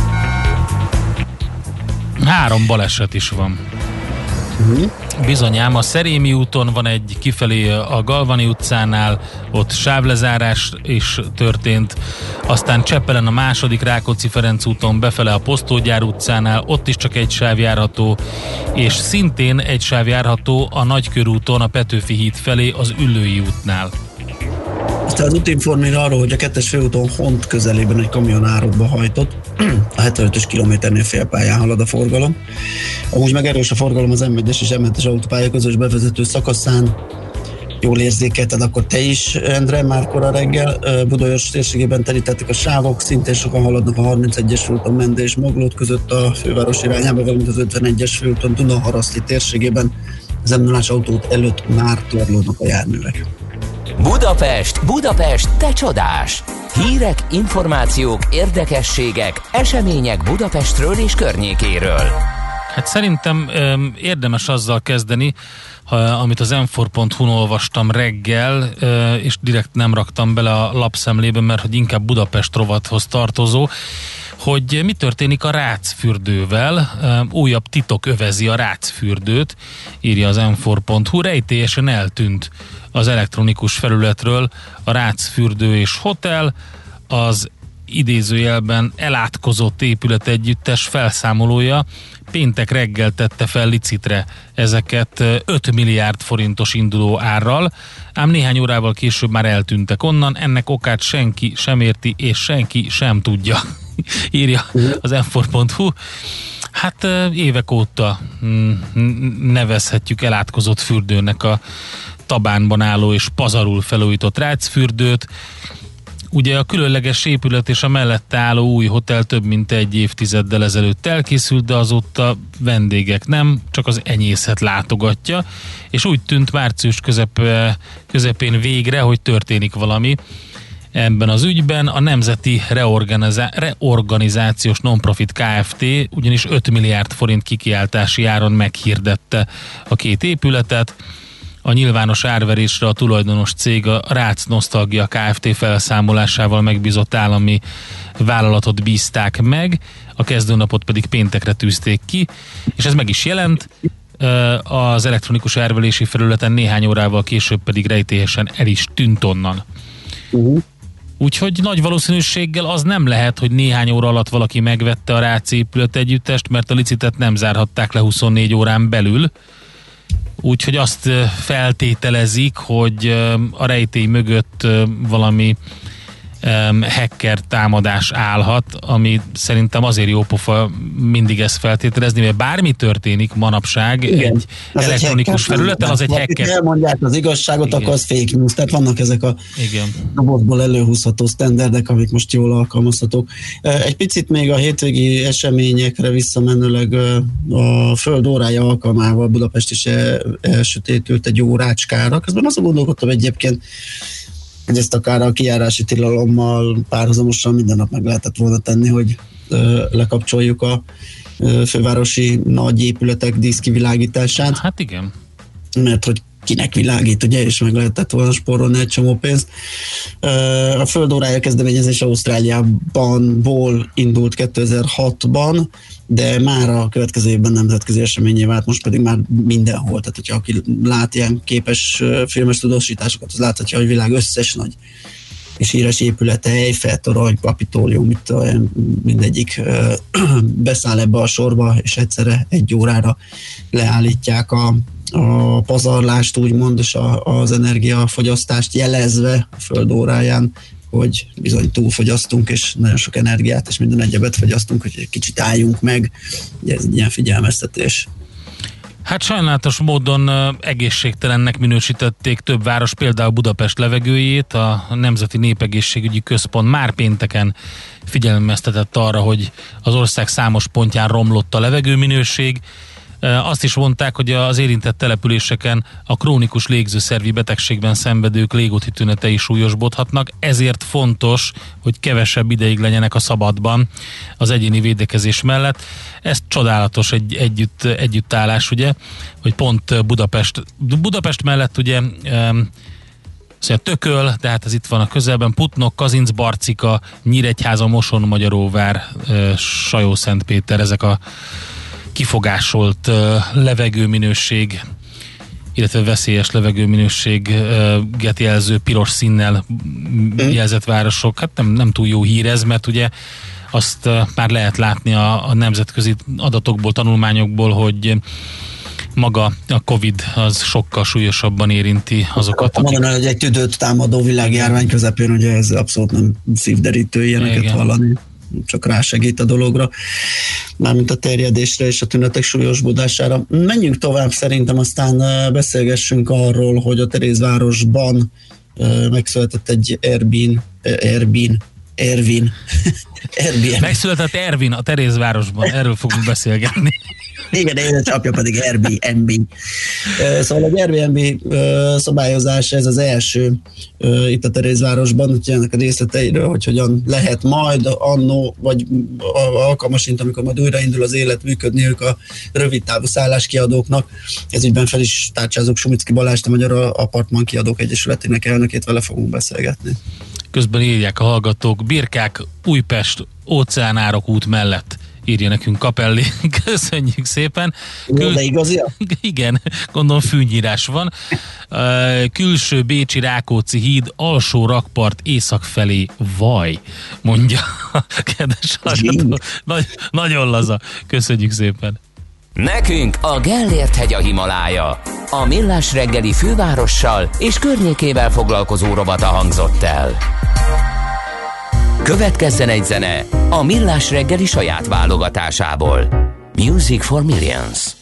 3 baleset is van. Bizonyám, a Szerémi úton van egy kifelé a Galvani utcánál, ott sávlezárás is történt, aztán Cseppelen a második Rákóczi-Ferenc úton befele a Posztógyár utcánál, ott is csak egy sáv járható, és szintén egy sáv járható a Nagykörúton a Petőfi híd felé az Üllői útnál. Aztán az útinformál arról, hogy a 2-es főúton Hont közelében egy kamion árokba hajtott, a 75-ös kilométernél félpályán halad a forgalom. Amúgy meg erős a forgalom az M1-es és M7-es autópálya közös bevezető szakaszán. Jól érzékelted akkor te is, Endre, már kora reggel. Budaörs térségében terítettek a sávok, szintén sokan haladnak a 31-es főúton Mende és Maglód között a főváros irányába, valamint az 51-es főúton Dunaharaszti térségében. az M0-as autót előtt már torlódnak a járművek. Budapest, Budapest, te csodás! Hírek, információk, érdekességek, események Budapestről és környékéről. Hát szerintem érdemes azzal kezdeni, amit az m4.hu-n olvastam reggel, és direkt nem raktam bele a lapszemlébe, mert hogy inkább Budapest rovathoz tartozó, hogy mi történik a rácfürdővel. Újabb titok övezi a rácfürdőt, írja az m4.hu. Rejtélyesen eltűnt az elektronikus felületről a rácfürdő és hotel, az idézőjelben elátkozott épület együttes felszámolója péntek reggel tette fel licitre ezeket 5 milliárd forintos induló árral, ám néhány órával később már eltűntek onnan, ennek okát senki sem érti, és senki sem tudja, írja az m4.hu. Hát évek óta nevezhetjük elátkozott fürdőnek a Tabánban álló és pazarul felújított rácfürdőt. Ugye a különleges épület és a mellette álló új hotel több mint egy évtizeddel ezelőtt elkészült, de azóta vendégek nem, csak az enyészet látogatja, és úgy tűnt március közepén végre, hogy történik valami ebben az ügyben. A Nemzeti Reorganizációs Nonprofit Kft. Ugyanis 5 milliárd forint kikiáltási áron meghirdette a két épületet. A nyilvános árverésre a tulajdonos cég a Rác Nosztalgia Kft. Felszámolásával megbízott állami vállalatot bízták meg, a kezdőnapot pedig péntekre tűzték ki, és ez meg is jelent, az elektronikus árverési felületen néhány órával később pedig rejtélyesen el is tűnt onnan. Úgyhogy nagy valószínűséggel az nem lehet, hogy néhány óra alatt valaki megvette a Rác épület együttest, mert a licitet nem zárhatták le 24 órán belül. Úgyhogy azt feltételezik, hogy a rejtély mögött valami hacker támadás állhat, ami szerintem azért jó pofa mindig ezt feltételezni, mert bármi történik manapság egy elektronikus felületen, az egy hacker. Ha elmondják az igazságot, igen, akkor az fake news. Tehát vannak ezek a robotból előhúzható sztenderdek, amik most jól alkalmazhatók. Egy picit még a hétvégi eseményekre visszamenőleg a Föld órája alkalmával Budapest is elsötétült egy órácskára. Közben azon gondolkodtam egyébként, hogy ezt akár a kijárási tilalommal párhuzamosan minden nap meg lehetett volna tenni, hogy lekapcsoljuk a fővárosi nagy épületek díszkivilágítását. Hát igen. Mert hogy kinek világít, ugye, és meg lehetett volna spórolni egy csomó pénzt. A Föld órája kezdeményezés Ausztráliában indult 2006-ban, de már a következő évben nemzetközi eseményé vált, most pedig már mindenhol. Tehát, hogyha aki lát ilyen képes filmes tudósításokat, az láthatja, hogy a világ összes nagy és híres épülete, Eiffel-torony, Kapitolium, mindegyik beszáll ebbe a sorba, és egyszerre egy órára leállítják a pazarlást, úgymond, és az energiafogyasztást jelezve a Föld óráján, hogy bizony túlfogyasztunk, és nagyon sok energiát, és minden egyebet fogyasztunk, hogy egy kicsit álljunk meg. Ugye ez egy ilyen figyelmeztetés. Hát sajnálatos módon egészségtelennek minősítették több város, például Budapest levegőjét. A Nemzeti Népegészségügyi Központ már pénteken figyelmeztetett arra, hogy az ország számos pontján romlott a levegőminőség. Azt is mondták, hogy az érintett településeken a krónikus légzőszervi betegségben szenvedők légúti tünetei súlyosbodhatnak, ezért fontos, hogy kevesebb ideig legyenek a szabadban az egyéni védekezés mellett. Ez csodálatos együttállás, ugye, hogy pont Budapest mellett ugye Tököl, tehát ez itt van a közelben, Putnok, Kazinc, Barcika, Nyíregyháza, Moson-Magyaróvár, Sajó-Szentpéter, ezek a kifogásolt levegőminőség, illetve veszélyes levegőminőséget jelző piros színnel jelzett városok. Hát nem túl jó hír ez, mert ugye azt már lehet látni a nemzetközi adatokból, tanulmányokból, hogy maga a Covid az sokkal súlyosabban érinti azokat. Mondaná, hogy egy tüdőt támadó világjárvány közepén, ugye ez abszolút nem szívderítő ilyeneket hallani. Csak rásegít a dologra, mármint a terjedésre és a tünetek súlyosbodására. Menjünk tovább, szerintem aztán beszélgessünk arról, hogy a Terézvárosban megszületett egy Ervin. Airbnb. Megszületett Ervin a Terézvárosban, erről fogunk beszélgetni. Igen, édesapja pedig Airbnb. Szóval az Airbnb szabályozás, ez az első itt a Terézvárosban, úgyhogy ennek a részleteiről, hogy hogyan lehet majd annó, vagy alkalmasint, amikor majd újraindul az élet, működniük a rövidtávú szálláskiadóknak. Ez ügyben fel is tárcsázok Sumicki Balást, a Magyar Apartman Kiadók Egyesületének elnökét, vele fogunk beszélgetni. Közben írják a hallgatók, Birkák, Újpest, óceánárok út mellett, írja nekünk Kapelli. Köszönjük szépen. De igazi? Igen, gondolom fűnyírás van. Külső Bécsi Rákóczi híd, alsó rakpart észak felé, vaj, mondja a kedves hallgató. Nagyon laza. Köszönjük szépen. Nekünk a Gellért-hegy a Himalája. A Millás reggeli fővárossal és környékével foglalkozó rovata hangzott el. Következzen egy zene a Millás reggeli saját válogatásából. Music for Millions.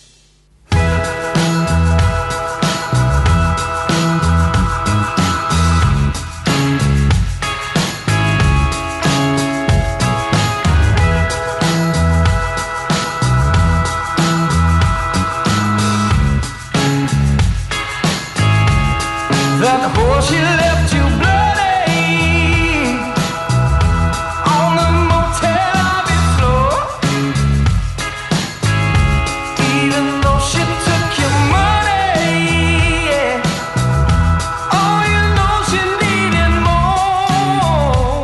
That horse you left you bloody on the motel lobby floor. Even though she took your money, yeah. Oh, you know she needed more.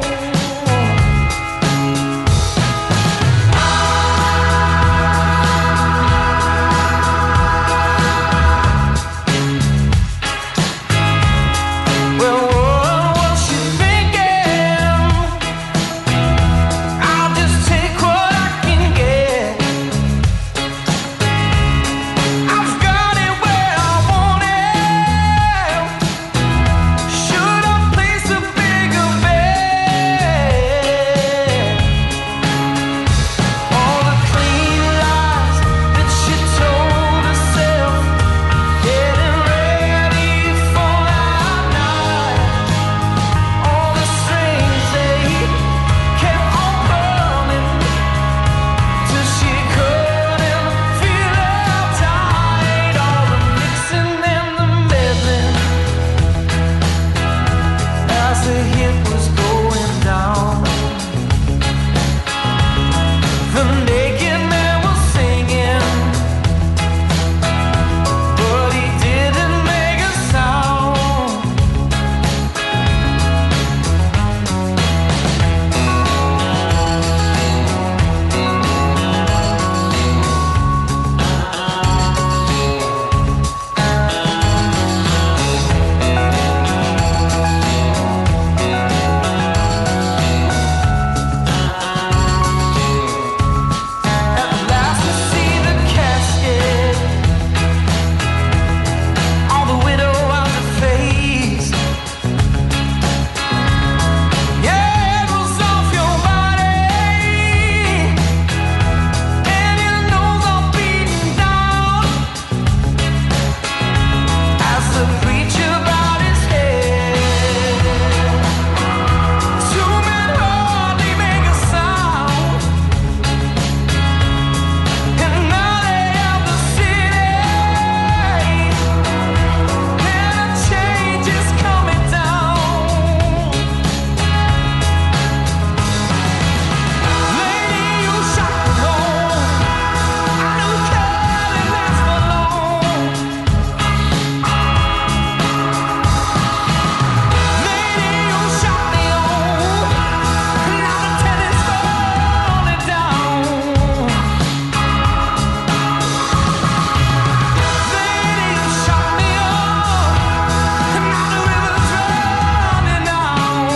Well, what was she thinking? I'll just take what I can get. I've got it where I want it. Should I place a bigger bet? All the clean lies that she told herself, getting ready for that night. All the strings they kept on burning till she couldn't feel her tight. All the mixing and the meddling as the hit was going down. The naked man was singing, but he didn't make a sound. At last we see the casket on the widow of the face. Yeah, it was off your body, and your nose all beaten down as the preacher bowed his head. Two men hardly make a sound. And now they have the city, and a change is coming down. Lady, you shot me home. I knew can't last for long. Lady, you shot me home. Now the tennis falling down. Lady, you shot me up, and now the river's running down.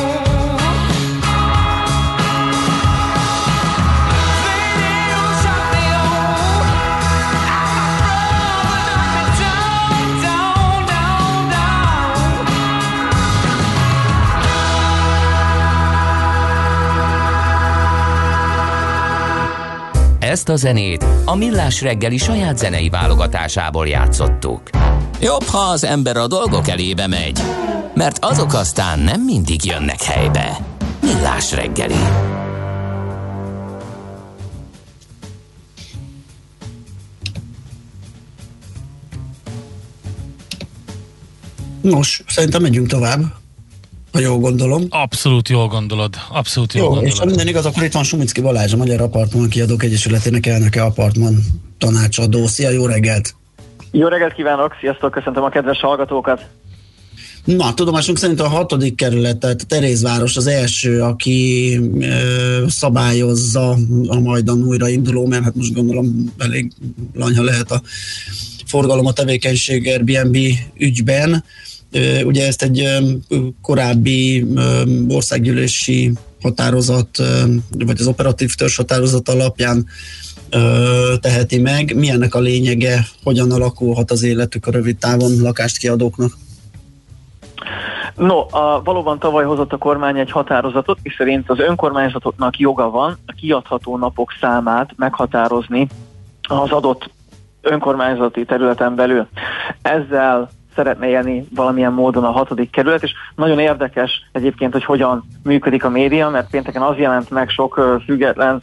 Lady, you shot me up, and my brother knocked me down, down. Ezt a zenét a Millás reggeli saját zenei válogatásából játszottuk. Jobb, ha az ember a dolgok elébe megy, mert azok aztán nem mindig jönnek helybe. Millás reggeli. Nos, szerintem megyünk tovább, ha jól gondolom. Abszolút jól gondolod. Abszolút jól gondolod. És ha minden igaz, akkor itt van Sumicki Balázs, a Magyar Apartman Kiadók Egyesületének elnöke, apartman tanácsadó. Szia, jó reggelt! Jó reggelt kívánok, sziasztok, köszöntöm a kedves hallgatókat! Na, tudomásunk szerint a 6. kerület, tehát Terézváros az első, aki szabályozza a majdan újrainduló, mert hát most gondolom elég lanyha lehet a forgalom, a tevékenység Airbnb ügyben. Ugye ezt egy korábbi országgyűlési határozat, vagy az operatív törzs határozat alapján teheti meg. Mi ennek a lényege, hogyan alakulhat az életük a rövid távon lakást-kiadóknak? No, valóban tavaly hozott a kormány egy határozatot, és szerint az önkormányzatoknak joga van a kiadható napok számát meghatározni az adott önkormányzati területen belül. Ezzel szeretne élni valamilyen módon a 6. kerület, és nagyon érdekes egyébként, hogy hogyan működik a média, mert pénteken az jelent meg sok független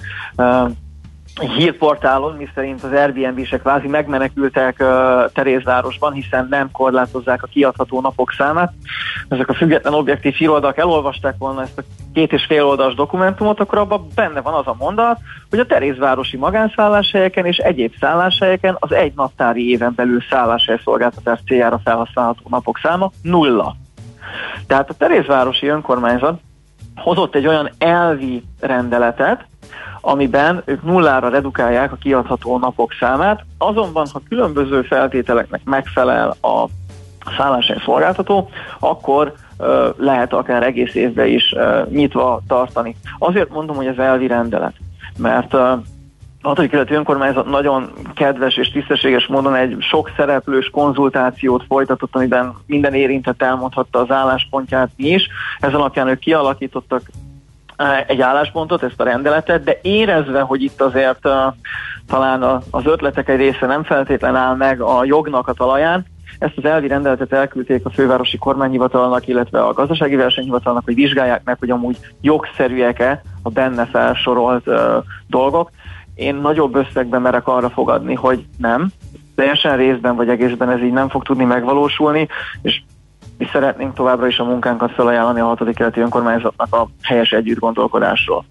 hírportálon, miszerint az Airbnb-sek kvázi megmenekültek Terézvárosban, hiszen nem korlátozzák a kiadható napok számát. Ezek a független objektív híroldalak elolvasták volna ezt a 2,5 oldalas dokumentumot, akkor abban benne van az a mondat, hogy a terézvárosi magánszálláshelyeken és egyéb szálláshelyeken az egy naptári éven belül szálláshelyszolgáltatás céljára felhasználható napok száma 0. Tehát a terézvárosi önkormányzat hozott egy olyan elvi rendeletet, amiben ők 0-ra redukálják a kiadható napok számát, azonban ha különböző feltételeknek megfelel a szálláshely szolgáltató, akkor lehet akár egész évben is nyitva tartani. Azért mondom, hogy ez elvi rendelet, mert a 6. kerületi önkormányzat nagyon kedves és tisztességes módon egy sok szereplős konzultációt folytatott, amiben minden érintett elmondhatta az álláspontját is. Ez alapján ők kialakítottak egy álláspontot, ezt a rendeletet, de érezve, hogy itt azért talán az ötletek egy része nem feltétlen áll meg a jognak a talaján, ezt az elvi rendeletet elküldték a fővárosi kormányhivatalnak, illetve a gazdasági versenyhivatalnak, hogy vizsgálják meg, hogy amúgy jogszerűek-e a benne felsorolt dolgok. Én nagyobb összegben merek arra fogadni, hogy nem. Teljesen részben vagy egészben ez így nem fog tudni megvalósulni, és mi szeretnénk továbbra is a munkánkat felajánlani a 6. kerületi önkormányzatnak a helyes együttgondolkodásról.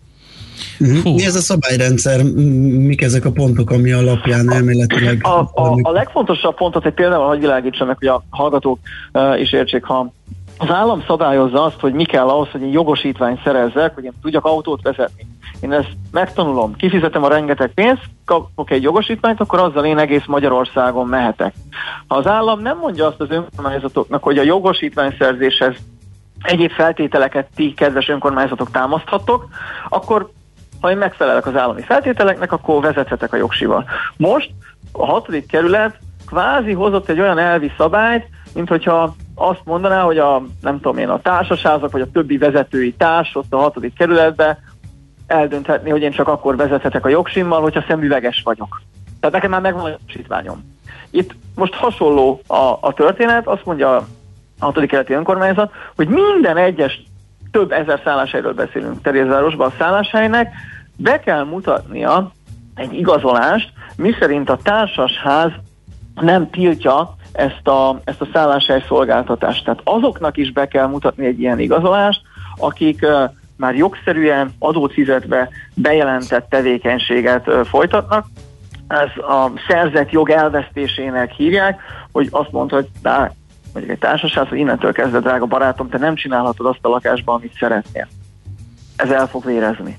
Mi ez a szabályrendszer? Mik ezek a pontok, ami alapján elméletileg... A legfontosabb pontot, hogy például hadd világítsam meg, hogy a hallgatók is értsék, ha az állam szabályozza azt, hogy mi kell ahhoz, hogy én jogosítványt szerezzek, hogy én tudjak autót vezetni. Én ezt megtanulom, kifizetem a rengeteg pénzt, kapok egy jogosítványt, akkor azzal én egész Magyarországon mehetek. Ha az állam nem mondja azt az önkormányzatoknak, hogy a jogosítványszerzéshez egyéb feltételeket ti, kedves önkormányzatok támaszthattok, akkor ha én megfelelek az állami feltételeknek, akkor vezethetek a jogsival. Most a 6. kerület kvázi hozott egy olyan elvi szabályt, mint hogyha azt mondaná, hogy nem tudom én, a társasházak, vagy a többi vezetői társ ott a 6. kerületben eldönthetni, hogy én csak akkor vezethetek a jogsimmal, hogyha szemüveges vagyok. Tehát nekem már megvan a jogosítványom. Itt most hasonló a történet, azt mondja a 6. kerületi önkormányzat, hogy minden egyes több ezer szálláshelyről beszélünk Terézvárosban, a szálláshelynek be kell mutatnia egy igazolást, miszerint a társasház nem tiltja ezt a szálláshely szolgáltatást. Tehát azoknak is be kell mutatni egy ilyen igazolást, akik már jogszerűen adót fizetve bejelentett tevékenységet folytatnak. Ez a szerzett jog elvesztésének hívják, hogy azt mondta, hogy mondjuk egy társaság, hogy innentől kezdve, drága barátom, te nem csinálhatod azt a lakásban, amit szeretnél. Ez el fog vérezni.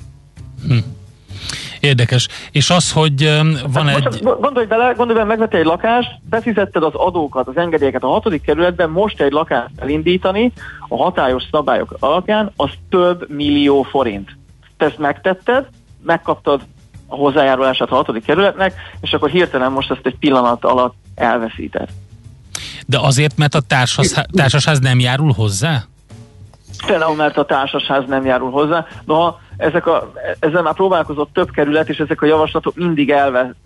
Érdekes. És az, hogy van egy... Gondolj bele, megvettél egy lakást, befizetted az adókat, az engedélyeket a 6. kerületben, most egy lakást elindítani a hatályos szabályok alapján, az több millió forint. Te ezt megtetted, megkaptad a hozzájárulását a 6. kerületnek, és akkor hirtelen most ezt egy pillanat alatt elveszíted. De azért, mert a társasház nem járul hozzá? Például, mert a társasház nem járul hozzá. Noha ezzel már próbálkozott több kerület, és ezek a javaslatok mindig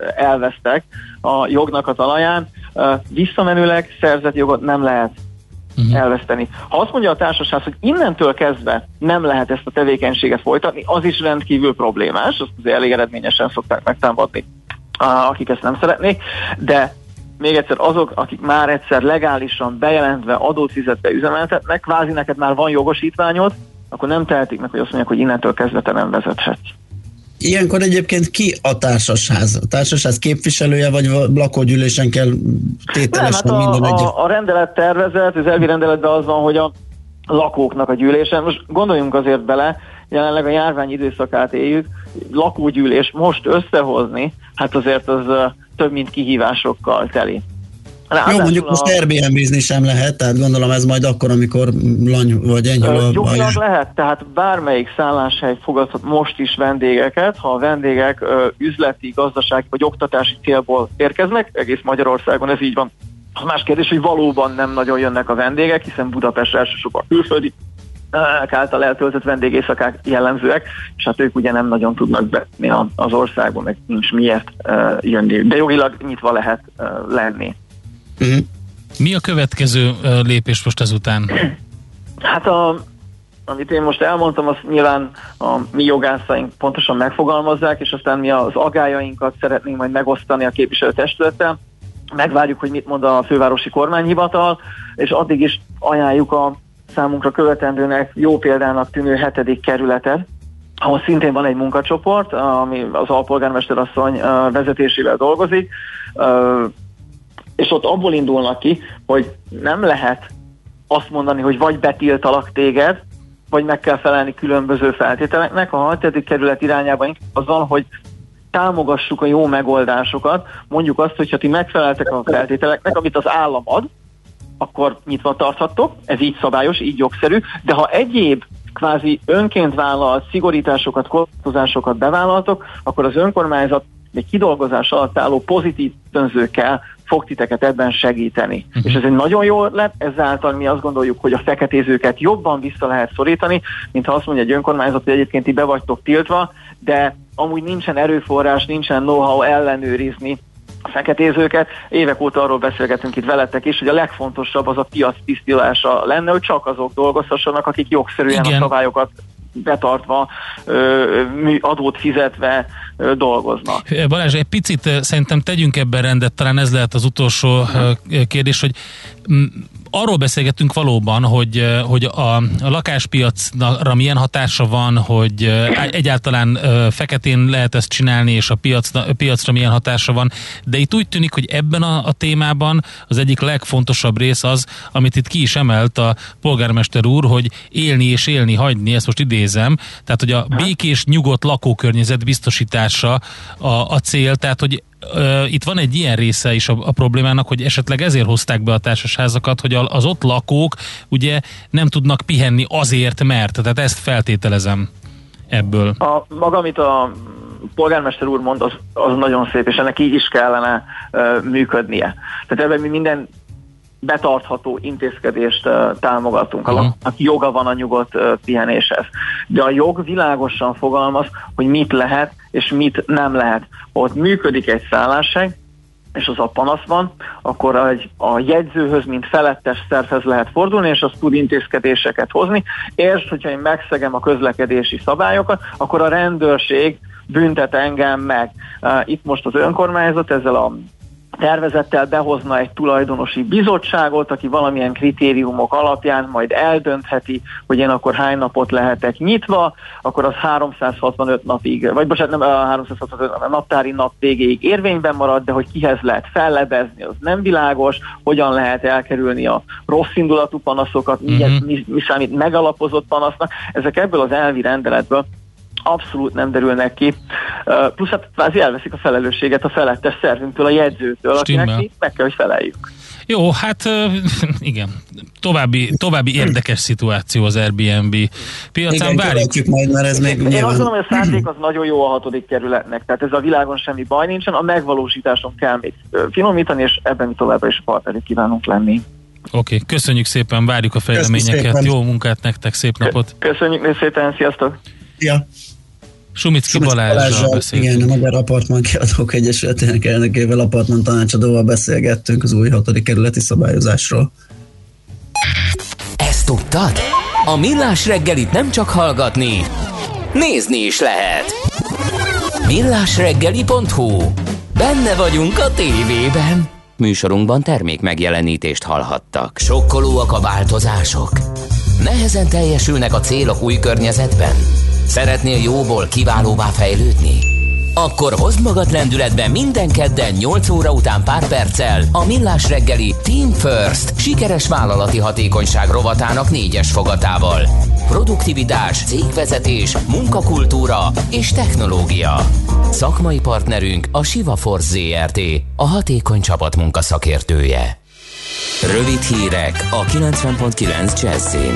elvesztek a jognak a talaján. Visszamenőleg szerzett jogot nem lehet elveszteni. Ha azt mondja a társasház, hogy innentől kezdve nem lehet ezt a tevékenységet folytatni, az is rendkívül problémás, azt azért elég eredményesen szokták megtámadni, akik ezt nem szeretnék, de még egyszer azok, akik már egyszer legálisan bejelentve, adót fizetve üzemeltetnek, kvázi neked már van jogosítványod, akkor nem tehetik meg, hogy azt mondják, hogy innentől kezdve te nem vezethetsz. Ilyenkor egyébként ki a társasház? A társasház képviselője, vagy lakógyűlésen kell tételesen minden egyet? A rendelet tervezet, az elvi rendeletben az van, hogy a lakóknak a gyűlésen, most gondoljunk azért bele, jelenleg a járvány időszakát éljük, lakógyűlés most összehozni, hát azért az több mint kihívásokkal teli. Jó, mondjuk most Airbnb-zni sem lehet, tehát gondolom ez majd akkor, amikor lany vagy enyhül jogilag lehet, tehát bármelyik szálláshely fogadhat most is vendégeket, ha a vendégek üzleti, gazdasági vagy oktatási célból érkeznek, egész Magyarországon ez így van. Az más kérdés, hogy valóban nem nagyon jönnek a vendégek, hiszen Budapest elsősorban külföldi által eltöltött vendégészakák jellemzőek, és hát ők ugye nem nagyon tudnak betni az országban, meg nincs miért jönni, de jogilag nyitva lehet lenni. Mi a következő lépés most ezután? Hát amit én most elmondtam, azt nyilván a mi jogászaink pontosan megfogalmazzák, és aztán mi az agályainkat szeretnénk majd megosztani a képviselőtestülettel. Megvárjuk, hogy mit mond a fővárosi kormányhivatal, és addig is ajánljuk a számunkra követendőnek, jó példának tűnő 7. kerületet, ahol szintén van egy munkacsoport, ami az alpolgármester asszony vezetésével dolgozik, és ott abból indulnak ki, hogy nem lehet azt mondani, hogy vagy betiltalak téged, vagy meg kell felelni különböző feltételeknek. A 6. kerület irányában az van, hogy támogassuk a jó megoldásokat, mondjuk azt, hogyha ti megfeleltek a feltételeknek, amit az állam ad, akkor nyitva tarthattok, ez így szabályos, így jogszerű, de ha egyéb kvázi önként vállalt szigorításokat, korlátozásokat bevállaltok, akkor az önkormányzat egy kidolgozás alatt álló pozitív ösztönzőkkel fog titeket ebben segíteni. És ez egy nagyon jó ötlet, ezáltal mi azt gondoljuk, hogy a feketézőket jobban vissza lehet szorítani, mint ha azt mondja egy önkormányzat, hogy egyébként ti be vagytok tiltva, de amúgy nincsen erőforrás, nincsen know-how ellenőrizni a feketézőket. Évek óta arról beszélgetünk itt veletek is, hogy a legfontosabb az a piac tisztítása lenne, hogy csak azok dolgozhassanak, akik jogszerűen a szabályokat betartva, adót fizetve dolgoznak. Balázs, egy picit szerintem tegyünk ebben rendet, talán ez lehet az utolsó kérdés, hogy arról beszélgettünk valóban, hogy a lakáspiacra milyen hatása van, hogy egyáltalán feketén lehet ezt csinálni, és a piacra milyen hatása van, de itt úgy tűnik, hogy ebben a témában az egyik legfontosabb rész az, amit itt ki is emelt a polgármester úr, hogy élni és élni hagyni, ezt most idézem, tehát hogy a békés, nyugodt lakókörnyezet biztosítása a cél, tehát hogy itt van egy ilyen része is a problémának, hogy esetleg ezért hozták be a társasházakat, hogy az ott lakók ugye nem tudnak pihenni azért, mert, tehát ezt feltételezem ebből. Maga, amit a polgármester úr mond, az nagyon szép, és ennek így is kellene működnie. Tehát ebben mi minden betartható intézkedést támogatunk. Aki joga van a nyugodt pihenéshez. De a jog világosan fogalmaz, hogy mit lehet és mit nem lehet. Ott működik egy szálláshely, és az a panasz van, akkor a jegyzőhöz, mint felettes szervhez lehet fordulni, és az tud intézkedéseket hozni. És hogyha én megszegem a közlekedési szabályokat, akkor a rendőrség büntet engem meg. Itt most az önkormányzat ezzel a tervezettel behozna egy tulajdonosi bizottságot, aki valamilyen kritériumok alapján majd eldöntheti, hogy én akkor hány napot lehetek nyitva, akkor az 365 napig, vagy bocsánat, nem 365 naptári nap végéig érvényben marad, de hogy kihez lehet fellebezni, az nem világos, hogyan lehet elkerülni a rossz indulatú panaszokat, mi számít megalapozott panasznak, ezek ebből az elvi rendeletből abszolút nem derülnek ki. Plusz hát kvázi elveszik a felelősséget a felettes szervünktől, a jegyzőtől, akinek mi meg kell, hogy feleljük. Jó, hát igen. További érdekes szituáció az Airbnb piacán. Várjuk majd, mert ez még Én azt gondolom, hogy a szándék az nagyon jó a 6. kerületnek, tehát ez a világon semmi baj nincsen, a megvalósításon kell még finomítani, és ebben mi továbbra is partnerek kívánunk lenni. Oké, köszönjük szépen, várjuk a fejleményeket, jó munkát nektek, szép napot! Köszönjük szépen, sziasztok! Ja. Sumicki Balázsral beszéltünk. Igen, a Magyar Apartman Kiadók Egyesületének elnökével, apartman tanácsadóval beszélgettünk az új 6. kerületi szabályozásról. tudtad? A Millás reggelit nem csak hallgatni, nézni is lehet. millásreggeli.hu. Benne vagyunk a tévében. Műsorunkban termék megjelenítést hallhattak. Sokkolóak a változások? Nehezen teljesülnek a célok új környezetben? Szeretnél jóból kiválóvá fejlődni? Akkor hozd magad lendületbe minden kedden 8 óra után pár perccel a Millás reggeli Team First sikeres vállalati hatékonyság rovatának 4-es fogatával. Produktivitás, cégvezetés, munkakultúra és technológia. Szakmai partnerünk a Siva Force Zrt., a hatékony csapatmunka szakértője. Rövid hírek a 90.9 Jazzin.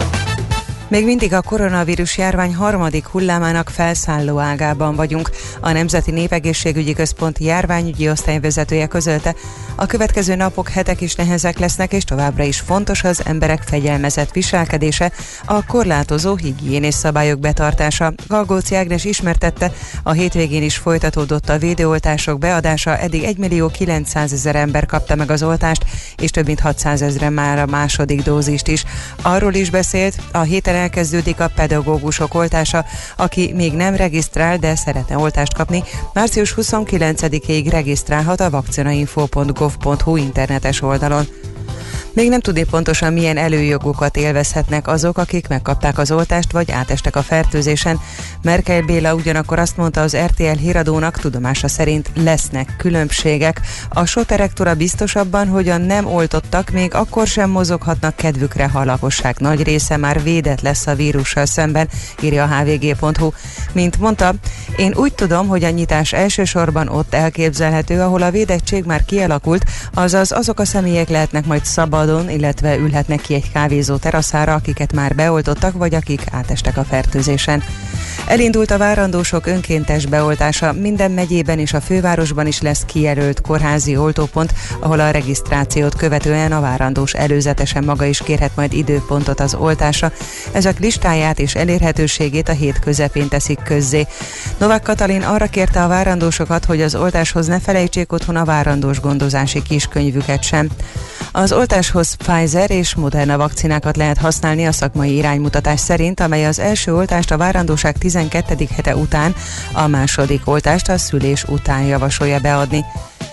Még mindig a koronavírus járvány harmadik hullámának felszálló ágában vagyunk. A Nemzeti Népegészségügyi Központ járványügyi osztályvezetője közölte, a következő napok, hetek is nehezek lesznek, és továbbra is fontos az emberek fegyelmezett viselkedése, a korlátozó higiénés szabályok betartása. Galgóci Ágnes ismertette, a hétvégén is folytatódott a védőoltások beadása, eddig 1.900.000 ember kapta meg az oltást, és több mint 600.000 már a második dózist is. Arról is beszélt, a héten elkezdődik a pedagógusok oltása, aki még nem regisztrál, de szeretne oltást kapni, március 29-ig regisztrálhat a vakcinainfo.gov.hu internetes oldalon. Még nem tudni pontosan, milyen előjogokat élvezhetnek azok, akik megkapták az oltást, vagy átestek a fertőzésen. Merkel Béla ugyanakkor azt mondta az RTL híradónak, tudomása szerint lesznek különbségek. A SOTE rektora biztos abban, hogy a nem oltottak még akkor sem mozoghatnak kedvükre, ha a lakosság nagy része már védett lesz a vírussal szemben, írja a hvg.hu. Mint mondta, én úgy tudom, hogy a nyitás elsősorban ott elképzelhető, ahol a védettség már kialakult, azaz azok a személyek lehetnek majd szabadon, illetve ülhetnek ki egy kávézó teraszára, akiket már beoltottak, vagy akik átestek a fertőzésen. Elindult a várandósok önkéntes beoltása, minden megyében és a fővárosban is lesz kijelölt kórházi oltópont, ahol a regisztrációt követően a várandós előzetesen maga is kérhet majd időpontot az oltásra. Ezek listáját és elérhetőségét a hét közepén teszik közzé. Novák Katalin arra kérte a várandósokat, hogy az oltáshoz ne felejtsék otthon a várandós gondozási kiskönyvüket sem. Az oltáshoz Pfizer és Moderna vakcinákat lehet használni a szakmai iránymutatás szerint, amely az első oltást a várandóság 12. hete után, a második oltást a szülés után javasolja beadni.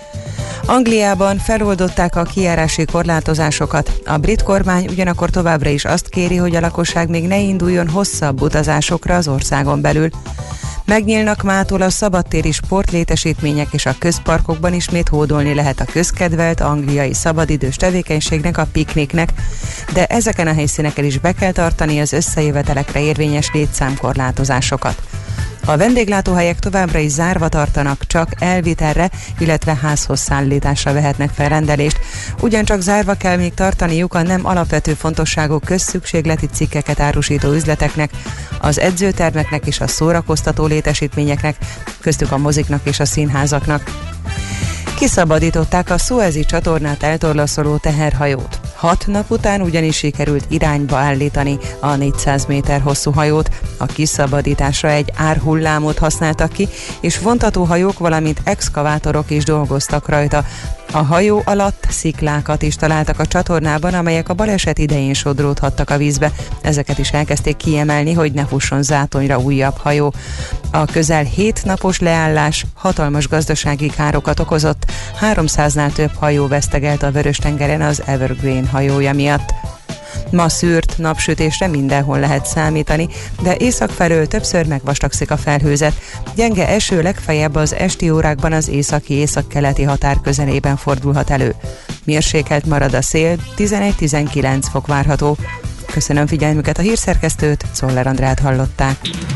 Angliában feloldották a kijárási korlátozásokat. A brit kormány ugyanakkor továbbra is azt kéri, hogy a lakosság még ne induljon hosszabb utazásokra az országon belül. Megnyílnak mától a szabadtéri sportlétesítmények, és a közparkokban ismét hódolni lehet a közkedvelt angliai szabadidős tevékenységnek, a pikniknek, de ezeken a helyszíneken is be kell tartani az összejövetelekre érvényes létszámkorlátozásokat. A vendéglátóhelyek továbbra is zárva tartanak, csak elvitelre, illetve házhoz szállításra vehetnek fel rendelést. Ugyancsak zárva kell még tartaniuk a nem alapvető fontosságú közszükségleti cikkeket árusító üzleteknek, az edzőtermeknek és a szórakoztató létesítményeknek, köztük a moziknak és a színházaknak. Kiszabadították a Szuezi csatornát eltorlaszoló teherhajót. 6 nap után ugyanis sikerült irányba állítani a 400 méter hosszú hajót. A kiszabadításra egy árhullámot használtak ki, és vontatóhajók, valamint exkavátorok is dolgoztak rajta. A hajó alatt sziklákat is találtak a csatornában, amelyek a baleset idején sodródhattak a vízbe. Ezeket is elkezdték kiemelni, hogy ne fusson zátonyra újabb hajó. A közel 7 napos leállás hatalmas gazdasági károkat okozott. 300-nál több hajó vesztegelt a Vörös-tengeren az Evergreen hajója miatt. Ma szűrt napsütésre mindenhol lehet számítani, de észak felől többször megvastagszik a felhőzet. Gyenge eső legfeljebb az esti órákban az északi-északkeleti határ közelében fordulhat elő. Mérsékelt marad a szél, 11-19 fok várható. Köszönöm figyelmüket, a hírszerkesztőt, Czoller Andrát hallották.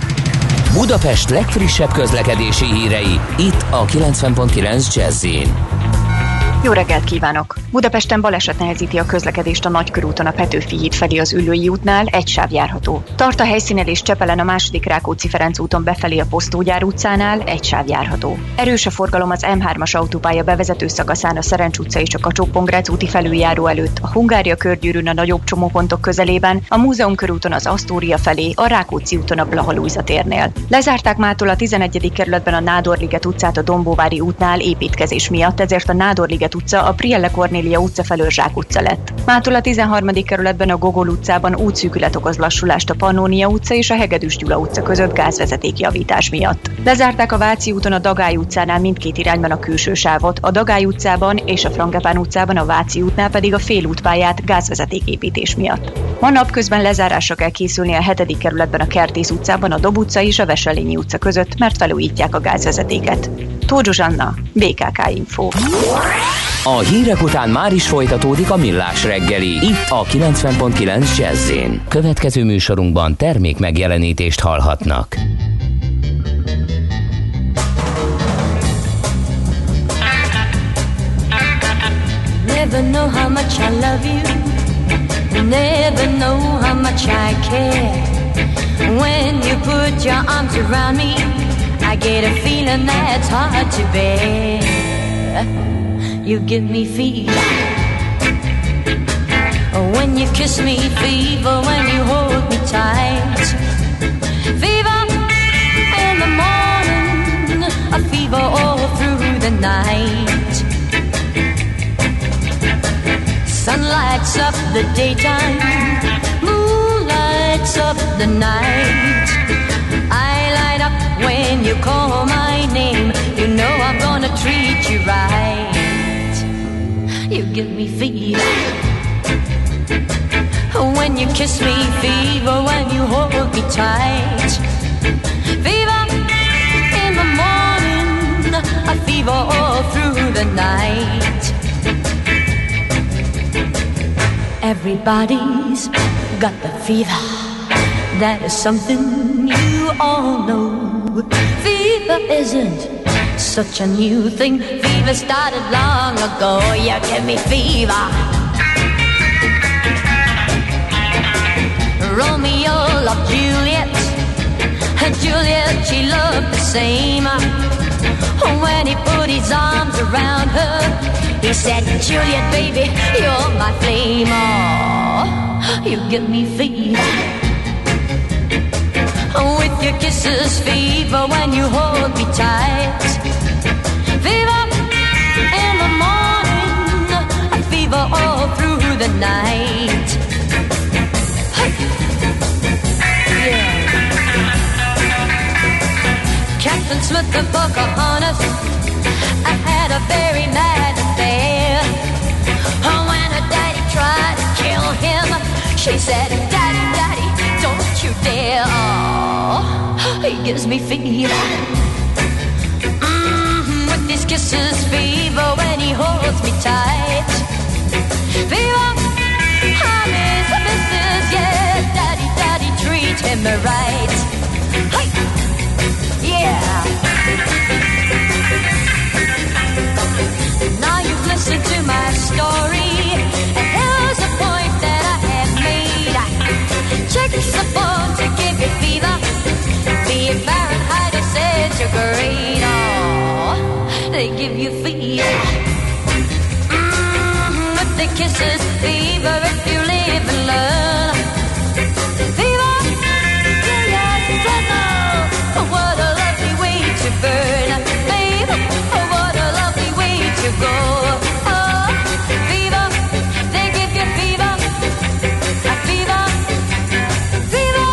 Budapest legfrissebb közlekedési hírei, itt a 90.9 Jazz-in. Jó reggelt kívánok! Budapesten baleset nehezíti a közlekedést a Nagykörúton a Petőfi híd felé az Üllői útnál, egy sáv járható. Tart a helyszínen és Csepelen a második Rákóczi-Ferenc úton befelé a Posztógyár utcánál, egy sáv járható. Erős a forgalom az M3-as autópálya bevezető szakaszán a Szerencs utca és a Kacsó-Pongrác úti felüljáró előtt, a Hungária körgyűrűn a nagyobb csomópontok közelében, a Múzeum körúton az Asztória felé, a Rákóczi úton a Blaha-Lujza térnél. Lezárták mától a 11. kerületben a Nádorliget utcát a Dombóvári útnál építkezés miatt, ezért a Nádorliget Erzsébet utca a Prielle Kornélia utca felől Zsák utca lett. Mától a 13. kerületben a Gogol utcában útszűkület okoz lassulást a Pannónia utca és a Hegedűs Gyula utca között gázvezetékjavítás miatt. Lezárták a Váci úton a Dagály utcánál mindkét irányban a külső sávot, a Dagály utcában és a Frangepán utcában a Váci útnál pedig a félútpályát gázvezetéképítés miatt. Ma napközben lezárásra kell készülni a 7. kerületben a Kertész utcában, a Dob utca és a Veselényi utca között, mert felújítják a gázvezetéket. Tóth Zsuzsanna, BKK Info. A hírek után már is folytatódik a Millás reggeli, itt a 90.9 Jazz-én. Következő műsorunkban termék megjelenítést hallhatnak. Never know how much I love you. Never know how much I care. When you put your arms around me, I get a feeling that's hard to bear. You give me fever when you kiss me, fever when you hold me tight. Fever in the morning, a fever all through the night. Sun lights up the daytime, moon lights up the night. I light up when you call my name. You know I'm gonna treat you right. You give me fever when you kiss me, fever when you hold me tight. Fever in the morning, a fever all through the night. Everybody's got the fever. That is something you all know. Fever isn't such a new thing. Fever started long ago. You give me fever. Romeo loved Juliet, and Juliet, she loved the same. When he put his arms around her, he said, Juliet, baby, you're my flame. Oh, you give me fever. With your kisses, fever when you hold me tight. Fever in the morning, a fever all through the night. Hey. Yeah. Captain Smith and Pocahontas, I had a very mad affair. When her daddy tried to kill him, she said, Daddy, Daddy, don't you dare. Oh, he gives me fever. With his kisses, fever when he holds me tight. Fever, I'm his missus, yeah. Daddy, Daddy, treat him right. Hey, yeah. Now you've listened to my story, and here's the point that I have made. Chicks are born to give you fever, be it Fahrenheit or centigrade. Oh, they give you fever. With the kisses, fever if you live and learn. Fever, yeah, yes, I know. What a lovely way to burn, babe. What a lovely way to go. Oh, fever, they give you fever. A fever, fever.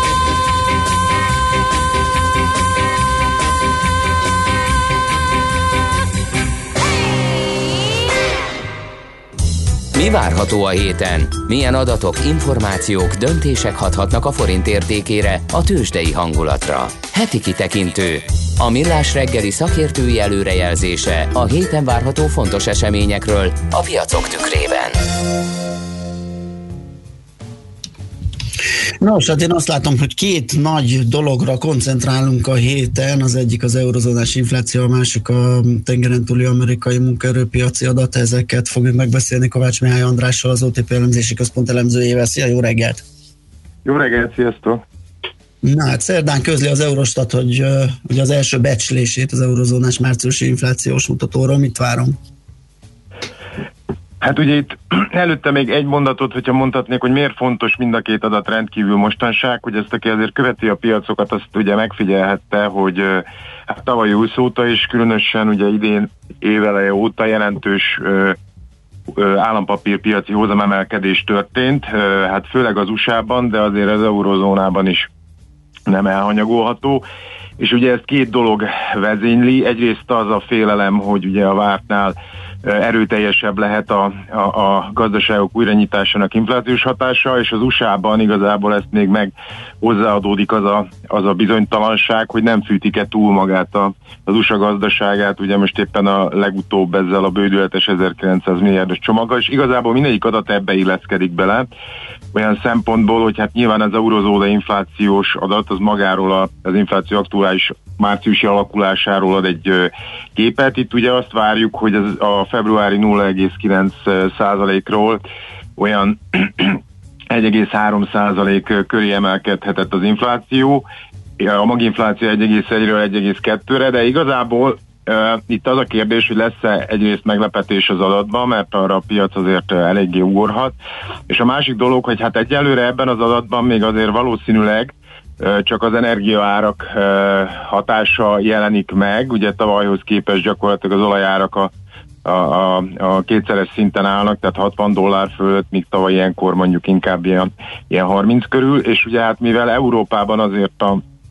Mi várható a héten? Milyen adatok, információk, döntések hathatnak a forint értékére, a tőzsdei hangulatra? Heti kitekintő. A Millás reggeli szakértői előrejelzése a héten várható fontos eseményekről a piacok tükrében. Nos, hát én azt látom, hogy két nagy dologra koncentrálunk a héten. Az egyik az eurozónás infláció, a másik a tengeren túli amerikai munkaerőpiaci adat. Ezeket fogjuk megbeszélni Kovács Mihály Andrással, az OTP elemzési központ elemzőjével. Szia, jó reggelt! Jó reggelt, sziasztok! Na hát szerdán közli az Eurostat, hogy ugye az első becslését az eurozónás márciusi inflációs mutatóról. Mit várunk? Hát ugye itt előtte még egy mondatot, hogyha mondhatnék, hogy miért fontos mind a két adat rendkívül mostanság, hogy ezt aki azért követi a piacokat, azt ugye megfigyelhette, hogy hát tavaly ősz óta is, különösen ugye idén éveleje óta jelentős állampapírpiaci hozamemelkedés történt, hát főleg az USA-ban, de azért az eurozónában is nem elhanyagolható. És ugye ez két dolog vezényli. Egyrészt az a félelem, hogy ugye a vártnál erőteljesebb lehet a gazdaságok újranyitásának inflációs hatása, és az USA-ban igazából ezt még meg hozzáadódik az a bizonytalanság, hogy nem fűtik-e túl magát az USA gazdaságát, ugye most éppen a legutóbb ezzel a bődületes 1900 milliárdos csomaggal, és igazából mindegyik adat ebbe illeszkedik bele, olyan szempontból, hogy hát nyilván az eurozóna inflációs adat az magáról az infláció aktuális márciusi alakulásáról ad egy képet. Itt ugye azt várjuk, hogy a februári 0,9%-ról olyan 1,3% köré emelkedhetett az infláció, a maginfláció 1,1-ről 1,2-re, de igazából itt az a kérdés, hogy lesz-e egyrészt meglepetés az adatban, mert arra a piac azért eléggé ugorhat, és a másik dolog, hogy hát egyelőre ebben az adatban még azért valószínűleg csak az energiaárak hatása jelenik meg, ugye tavalyhoz képest gyakorlatilag az olajárak a kétszeres szinten állnak, tehát $60 fölött, míg tavaly ilyenkor mondjuk inkább ilyen 30 körül, és ugye hát mivel Európában azért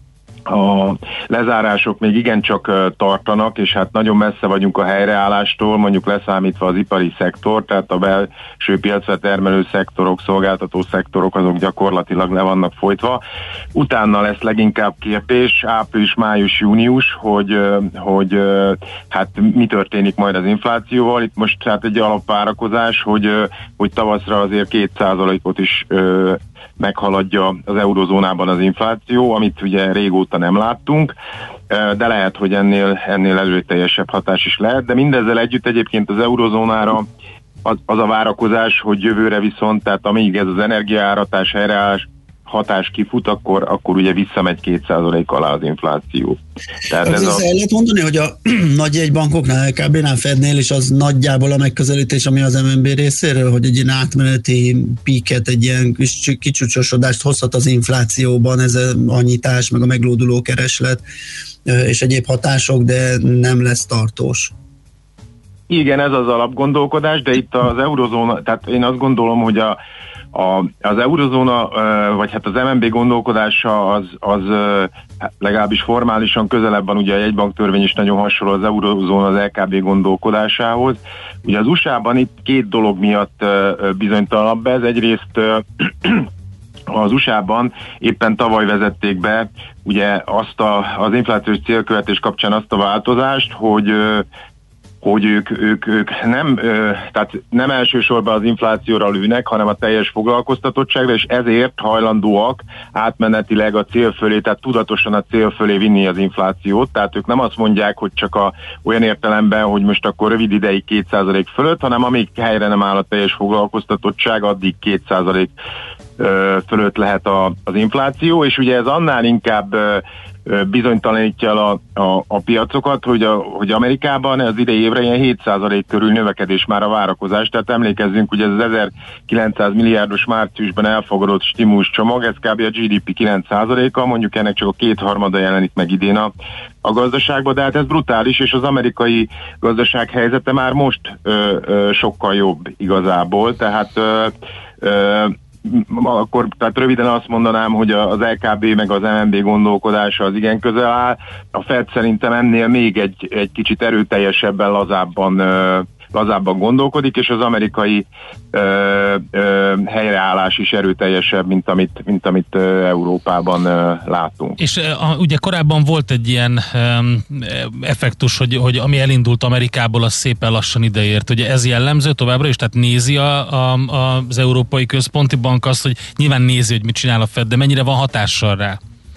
a lezárások még igencsak tartanak, és hát nagyon messze vagyunk a helyreállástól, mondjuk leszámítva az ipari szektor, tehát a belső piacra termelő szektorok, szolgáltató szektorok, azok gyakorlatilag le vannak folytva. Utána lesz leginkább kérdés, április, május, június, hogy hát mi történik majd az inflációval. Itt most hát egy alapvárakozás, hogy tavaszra azért 2%-ot is meghaladja az eurozónában az infláció, amit ugye régóta nem láttunk, de lehet, hogy ennél erőteljesebb hatás is lehet, de mindezzel együtt egyébként az eurozónára az a várakozás, hogy jövőre viszont, tehát amíg ez az energiaáratás, helyreállás hatás kifut, akkor ugye visszamegy 2% alá az infláció. Tehát el lehet mondani, hogy a nagy jegybankoknál, LKB-nál, Fednél is az nagyjából a megközelítés, ami az MNB részéről, hogy egy ilyen átmeneti píket, egy ilyen kicsúcsosodást hozhat az inflációban, ez a nyitás, meg a meglóduló kereslet és egyéb hatások, de nem lesz tartós. Igen, ez az alapgondolkodás, de itt az eurozóna, tehát én azt gondolom, hogy az eurozóna, vagy hát az MNB gondolkodása az legalábbis formálisan közelebb van, ugye a jegybanktörvény is nagyon hasonló az eurozóna az LKB gondolkodásához. Ugye az USA-ban itt két dolog miatt bizonytalanabb ez. Egyrészt az USA-ban éppen tavaly vezették be ugye az inflációs célkövetés kapcsán azt a változást, hogy ők nem elsősorban az inflációra lőnek, hanem a teljes foglalkoztatottságra, és ezért hajlandóak átmenetileg a cél fölé, tehát tudatosan a cél fölé vinni az inflációt. Tehát ők nem azt mondják, hogy csak olyan értelemben, hogy most akkor rövid ideig 2% fölött, hanem amíg helyre nem áll a teljes foglalkoztatottság, addig 2% fölött lehet az infláció, és ugye ez annál inkább bizonytalanítja a piacokat, hogy Amerikában az idei évre ilyen 7% körül növekedés már a várakozás, tehát emlékezzünk, hogy ez az 1900 milliárdos márciusban elfogadott stimulus csomag, ez kb. A GDP 9%-a, mondjuk ennek csak a 2/3 jelenik meg idén a gazdaságban, de hát ez brutális, és az amerikai gazdaság helyzete már most sokkal jobb igazából, tehát akkor tehát röviden azt mondanám, hogy az LKB meg az MNB gondolkodása az igen közel áll. A Fed szerintem ennél még egy kicsit erőteljesebben, lazábban gondolkodik, és az amerikai helyreállás is erőteljesebb, mint amit Európában látunk. És ugye korábban volt egy ilyen effektus, hogy ami elindult Amerikából, az szépen lassan ideért. Ugye ez jellemző továbbra is, tehát nézi az Európai Központi Bank azt, hogy nyilván nézi, hogy mit csinál a Fed, de mennyire van hatással rá?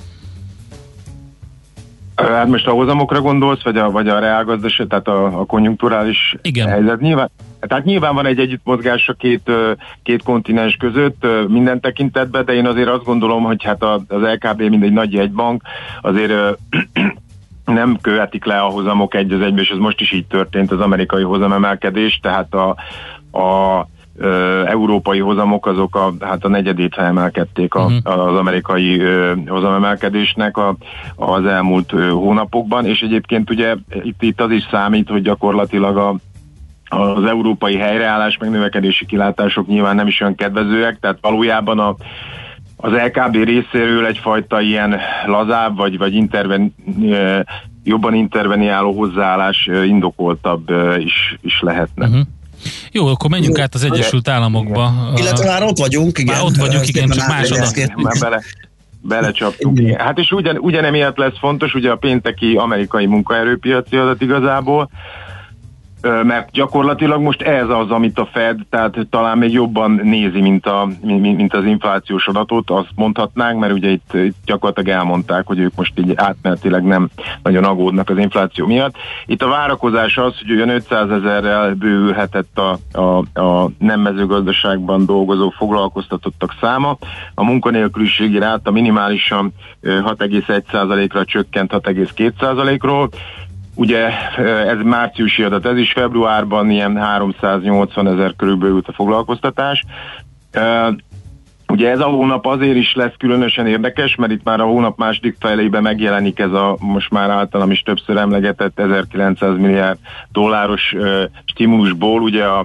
Hát most a hozamokra gondolsz, vagy a reálgazdaság, tehát a konjunkturális helyzet? Nyilván van egy együttmozgás a két kontinens között minden tekintetben, de én azért azt gondolom, hogy hát az LKB, mint egy nagy jegybank, azért nem követik le a hozamok egy az egybe, és ez most is így történt, az amerikai hozamemelkedés, tehát a európai hozamok azok a negyedét emelkedték az amerikai hozamemelkedésnek az elmúlt hónapokban, és egyébként ugye itt az is számít, hogy gyakorlatilag az európai helyreállás, meg növekedési kilátások nyilván nem is olyan kedvezőek, tehát valójában az LKB részéről egyfajta ilyen lazább, vagy jobban interveniáló hozzáállás indokoltabb is lehetne. Uh-huh. Jó, akkor menjünk át az Egyesült Államokba. Illetve már ott vagyunk, igen. Már ott vagyunk, igen, csak más adat. Már belecsaptunk. Hát és ugyanemiatt lesz fontos, ugye a pénteki amerikai munkaerőpiaci adat igazából, mert gyakorlatilag most ez az, amit a Fed, tehát talán még jobban nézi, mint az inflációs adatot, azt mondhatnánk, mert ugye itt gyakorlatilag elmondták, hogy ők most így átmenetileg nem nagyon aggódnak az infláció miatt. Itt a várakozás az, hogy olyan 500 000-rel bővülhetett a nem mezőgazdaságban dolgozó foglalkoztatottak száma. A munkanélküliségi ráta minimálisan 6,1%-ra csökkent 6,2%-ról. Ugye ez márciusi adat, ez is februárban ilyen 380 000 körülbelül a foglalkoztatás. Ugye ez a hónap azért is lesz különösen érdekes, mert itt már a hónap második felében megjelenik ez a most már általam is többször emlegetett 1900 milliárd dolláros stimulusból, ugye a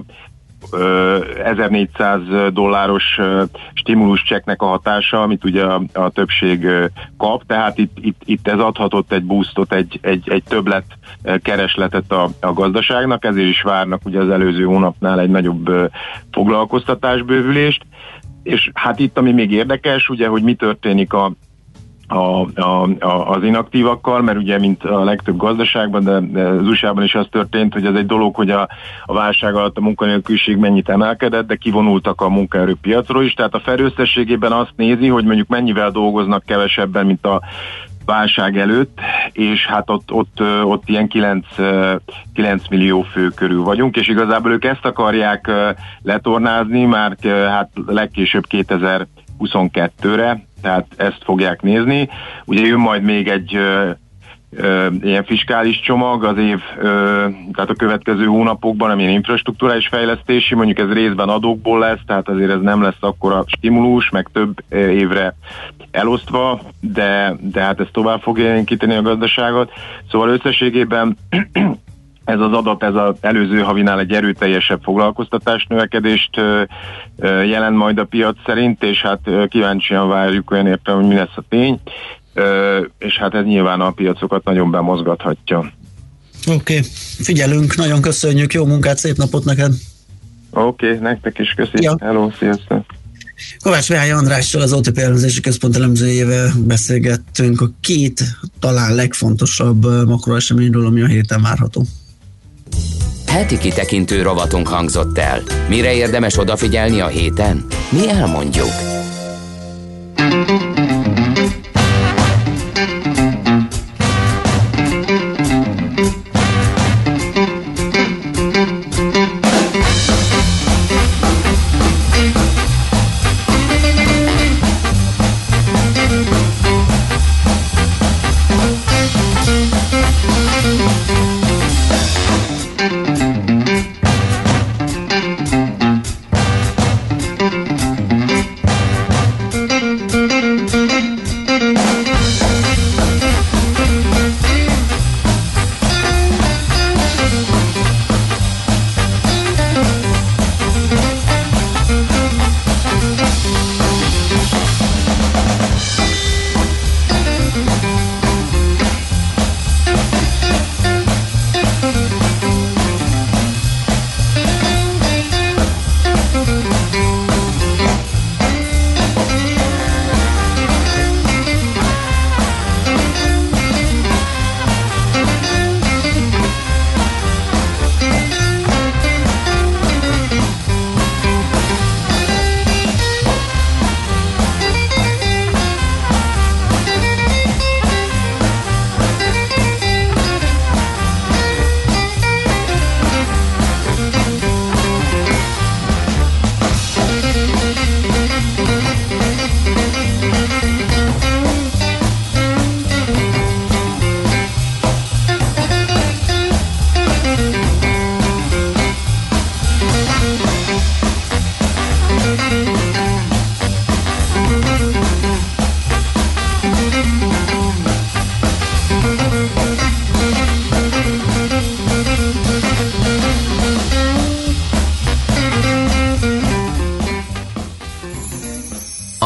1400 dolláros stimuluschecknek a hatása, amit ugye a többség kap, tehát itt ez adhatott egy boostot, egy többlet keresletet a gazdaságnak, ezért is várnak ugye az előző hónapnál egy nagyobb foglalkoztatásbővülést, és hát itt ami még érdekes, ugye, hogy mi történik az inaktívakkal, mert ugye, mint a legtöbb gazdaságban, de az USA-ban is az történt, hogy ez egy dolog, hogy a válság alatt a munkanélküliség mennyit emelkedett, de kivonultak a munkaerőpiacról is, tehát a Fed összességében azt nézi, hogy mondjuk mennyivel dolgoznak kevesebben, mint a válság előtt, és hát ott ilyen 9 millió fő körül vagyunk, és igazából ők ezt akarják letornázni már hát legkésőbb 2022-re, tehát ezt fogják nézni. Ugye jön majd még egy ilyen fiskális csomag az év, tehát a következő hónapokban, amilyen infrastruktúrális fejlesztési, mondjuk ez részben adókból lesz, tehát azért ez nem lesz akkora stimulus, meg több évre elosztva, de hát ez tovább fogja élénkíteni a gazdaságot. Szóval összességében ez az adat, ez az előző havinál egy erőteljesebb foglalkoztatás növekedést jelent majd a piac szerint, és hát kíváncsian várjuk olyan értelemben, hogy mi lesz a tény, és hát ez nyilván a piacokat nagyon bemozgathatja. Oké, figyelünk, nagyon köszönjük, jó munkát, szép napot neked! Oké, nektek is köszi. Ja. Hello, sziasztok! Kovács Mihály Andrással, az OTP elemzési központ elemzőjével beszélgettünk a két talán legfontosabb makroeseményről, ami a héten várható. Heti kitekintő rovatunk hangzott el. Mire érdemes odafigyelni a héten? Mi elmondjuk.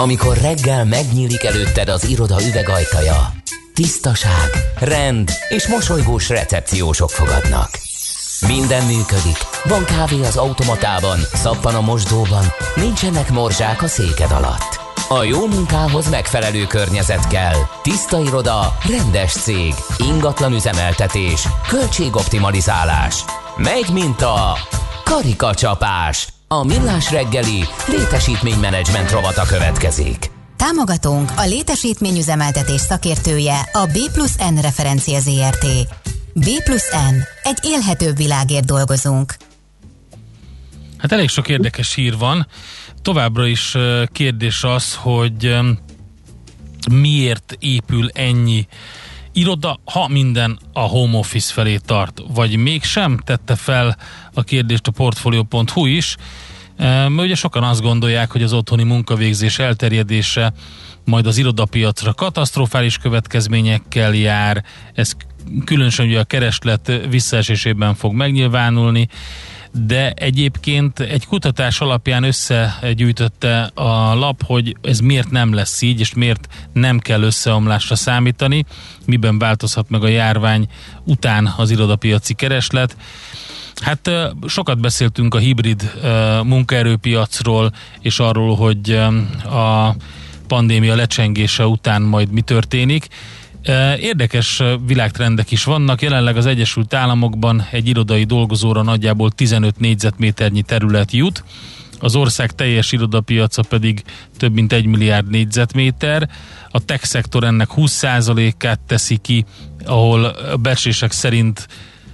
Amikor reggel megnyílik előtted az iroda üvegajtaja, tisztaság, rend és mosolygós recepciósok fogadnak. Minden működik, van kávé az automatában, szappan a mosdóban, nincsenek morzsák a széked alatt. A jó munkához megfelelő környezet kell. Tiszta iroda, rendes cég, ingatlan üzemeltetés, költségoptimalizálás. Megy, mint a karikacsapás. A Millás reggeli létesítménymenedzsment rovata következik. Támogatónk a létesítményüzemeltetés szakértője a B+N Referencia Zrt. B+N. Egy élhetőbb világért dolgozunk. Hát elég sok érdekes hír van. Továbbra is kérdés az, hogy miért épül ennyi iroda, ha minden a home office felé tart, vagy mégsem, tette fel a kérdést a Portfolio.hu is. Ugye sokan azt gondolják, hogy az otthoni munkavégzés elterjedése majd az irodapiacra katasztrofális következményekkel jár, ez különösen ugye a kereslet visszaesésében fog megnyilvánulni, de egyébként egy kutatás alapján összegyűjtötte a lap, hogy ez miért nem lesz így, és miért nem kell összeomlásra számítani, miben változhat meg a járvány után az irodapiaci kereslet. Hát sokat beszéltünk a hibrid munkaerőpiacról, és arról, hogy a pandémia lecsengése után majd mi történik. Érdekes világtrendek is vannak. Jelenleg az Egyesült Államokban egy irodai dolgozóra nagyjából 15 négyzetméternyi terület jut, az ország teljes irodapiaca pedig több mint 1 milliárd négyzetméter. A tech szektor ennek 20%-át teszi ki, ahol a becslések szerint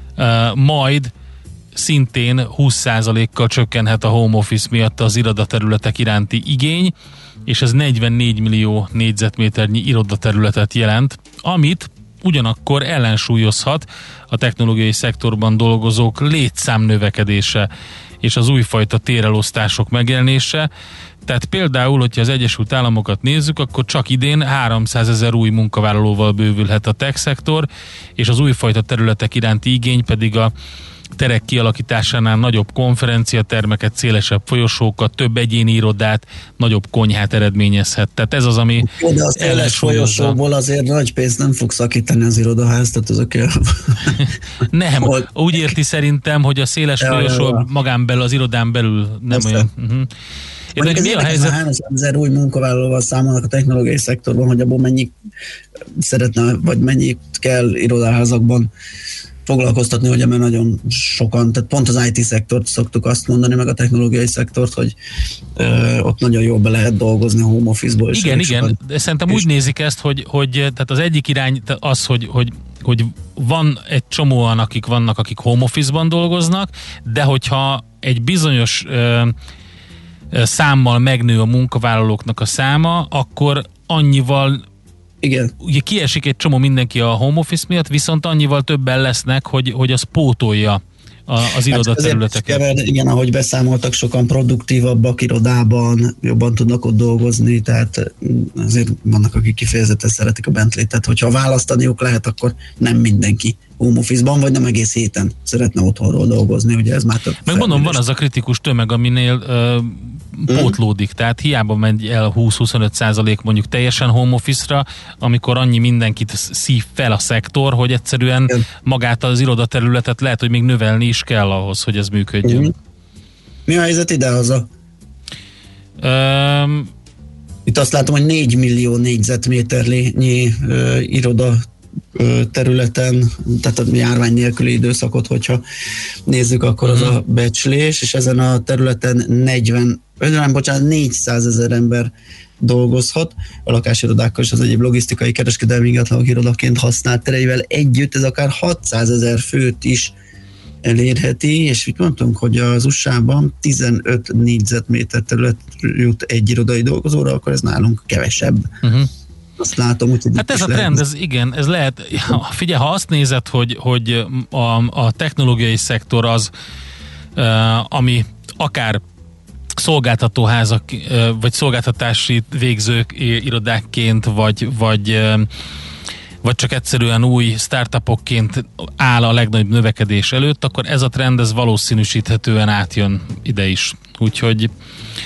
majd szintén 20%-kal csökkenhet a home office miatt az irodaterületek iránti igény, és ez 44 millió négyzetméternyi irodaterületet jelent, amit ugyanakkor ellensúlyozhat a technológiai szektorban dolgozók létszám növekedése és az újfajta térelosztások megjelenése. Tehát például, hogyha az Egyesült Államokat nézzük, akkor csak idén 300 000 új munkavállalóval bővülhet a tech szektor, és az újfajta területek iránti igény pedig a terek kialakításánál nagyobb konferenciatermeket, szélesebb folyosókat, több egyéni irodát, nagyobb konyhát eredményezhet. Tehát ez az, ami de a széles folyosóból azért nagy pénzt nem fog szakítani az irodaház, tehát azok nem, úgy érti szerintem, hogy a széles folyosó magán belül, az irodán belül nem olyan. Mi a helyzet? 300 000 új munkavállalóval számolnak a technológiai szektorban, hogy abból mennyi szeretne, vagy mennyit kell irodaházakban foglalkoztatni, ugye, mert nagyon sokan, tehát pont az IT-szektort szoktuk azt mondani, meg a technológiai szektort, hogy ott nagyon jól be lehet dolgozni a home office-ból. Igen, de szerintem úgy nézik ezt, hogy tehát az egyik irány az, hogy van egy csomóan, akik home office-ban dolgoznak, de hogyha egy bizonyos számmal megnő a munkavállalóknak a száma, akkor annyival igen. Ugye kiesik egy csomó mindenki a home office miatt, viszont annyival többen lesznek, hogy az pótolja az irodaterületeket. Igen, ahogy beszámoltak, sokan produktívabbak irodában, jobban tudnak ott dolgozni, tehát azért vannak, akik kifejezetten szeretik a Bentley-t, tehát hogyha választaniuk lehet, akkor nem mindenki home office-ban, vagy nem egész héten szeretne otthonról dolgozni, ugye ez már több. Megmondom, van az a kritikus tömeg, aminél pótlódik, tehát hiába megy el 20-25% mondjuk teljesen home office-ra, amikor annyi mindenkit szív fel a szektor, hogy egyszerűen magát az irodaterületet lehet, hogy még növelni is kell ahhoz, hogy ez működjön. Mi a helyzet idehaza? Itt azt látom, hogy 4 millió négyzetméternyi iroda területen, tehát a járvány nélküli időszakot, hogyha nézzük, akkor az a becslés, és ezen a területen 400 000 ember dolgozhat, a lakásirodákkal és az egyéb logisztikai, kereskedelmi ingatlanok irodaként használt tereivel együtt, ez akár 600 000 főt is elérheti, és itt mondtunk, hogy az USA-ban 15 négyzetméter terület jut egy irodai dolgozóra, akkor ez nálunk kevesebb. Azt látom, hogy hát ez a trend, ez lehet, figyelj, ha azt nézed, hogy a technológiai szektor az, ami akár szolgáltatóházak, vagy szolgáltatási végzők irodákként, vagy csak egyszerűen új startupokként áll a legnagyobb növekedés előtt, akkor ez a trend, ez valószínűsíthetően átjön ide is. Úgyhogy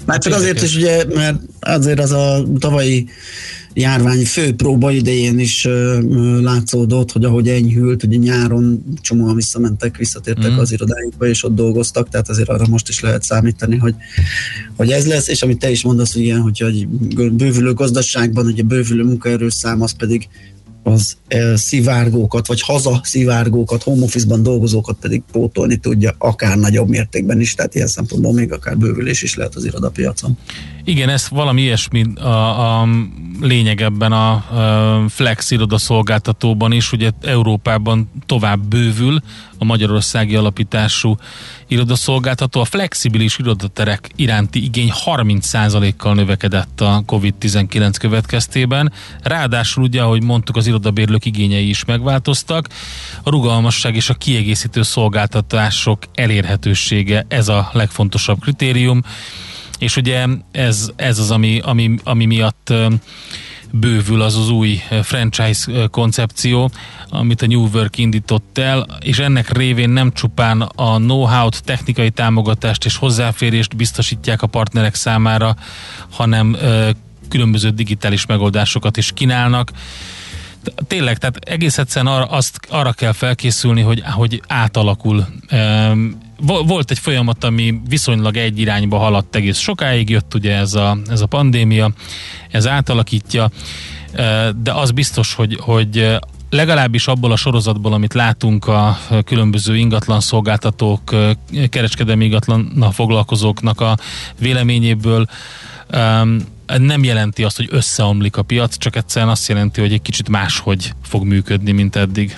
Már csak azért is ugye, mert azért az a tavalyi járvány fő próba idején is látszódott, hogy ahogy enyhült, ugye nyáron csomóan visszatértek az irodáikba, és ott dolgoztak, tehát azért arra most is lehet számítani, hogy ez lesz, és amit te is mondasz, hogy ilyen, hogyha egy bővülő gazdaságban, ugye bővülő munkaerőszám, az pedig az szivárgókat, vagy hazaszivárgókat, home office-ban dolgozókat pedig pótolni tudja, akár nagyobb mértékben is, tehát ilyen szempontból még akár bővülés is lehet az irodapiacon. Igen, ez valami ilyesmi a lényeg ebben a Flex irodaszolgáltatóban is, ugye Európában tovább bővül a magyarországi alapítású irodaszolgáltató. A flexibilis irodaterek iránti igény 30%-kal növekedett a COVID-19 következtében. Ráadásul ugye, ahogy mondtuk, az irodabérlők igényei is megváltoztak. A rugalmasság és a kiegészítő szolgáltatások elérhetősége, ez a legfontosabb kritérium. És ugye ez az, ami miatt bővül az új franchise koncepció, amit a New Work indított el, és ennek révén nem csupán a know-how-t, technikai támogatást és hozzáférést biztosítják a partnerek számára, hanem különböző digitális megoldásokat is kínálnak. Tényleg, tehát egész egyszerűen arra kell felkészülni, hogy átalakul. Volt egy folyamat, ami viszonylag egy irányba haladt egész sokáig, jött ugye ez a pandémia, ez átalakítja, de az biztos, hogy legalábbis abból a sorozatból, amit látunk a különböző ingatlan szolgáltatók, kereskedelmi ingatlannal foglalkozóknak a véleményéből, nem jelenti azt, hogy összeomlik a piac, csak egyszerűen azt jelenti, hogy egy kicsit máshogy fog működni, mint eddig.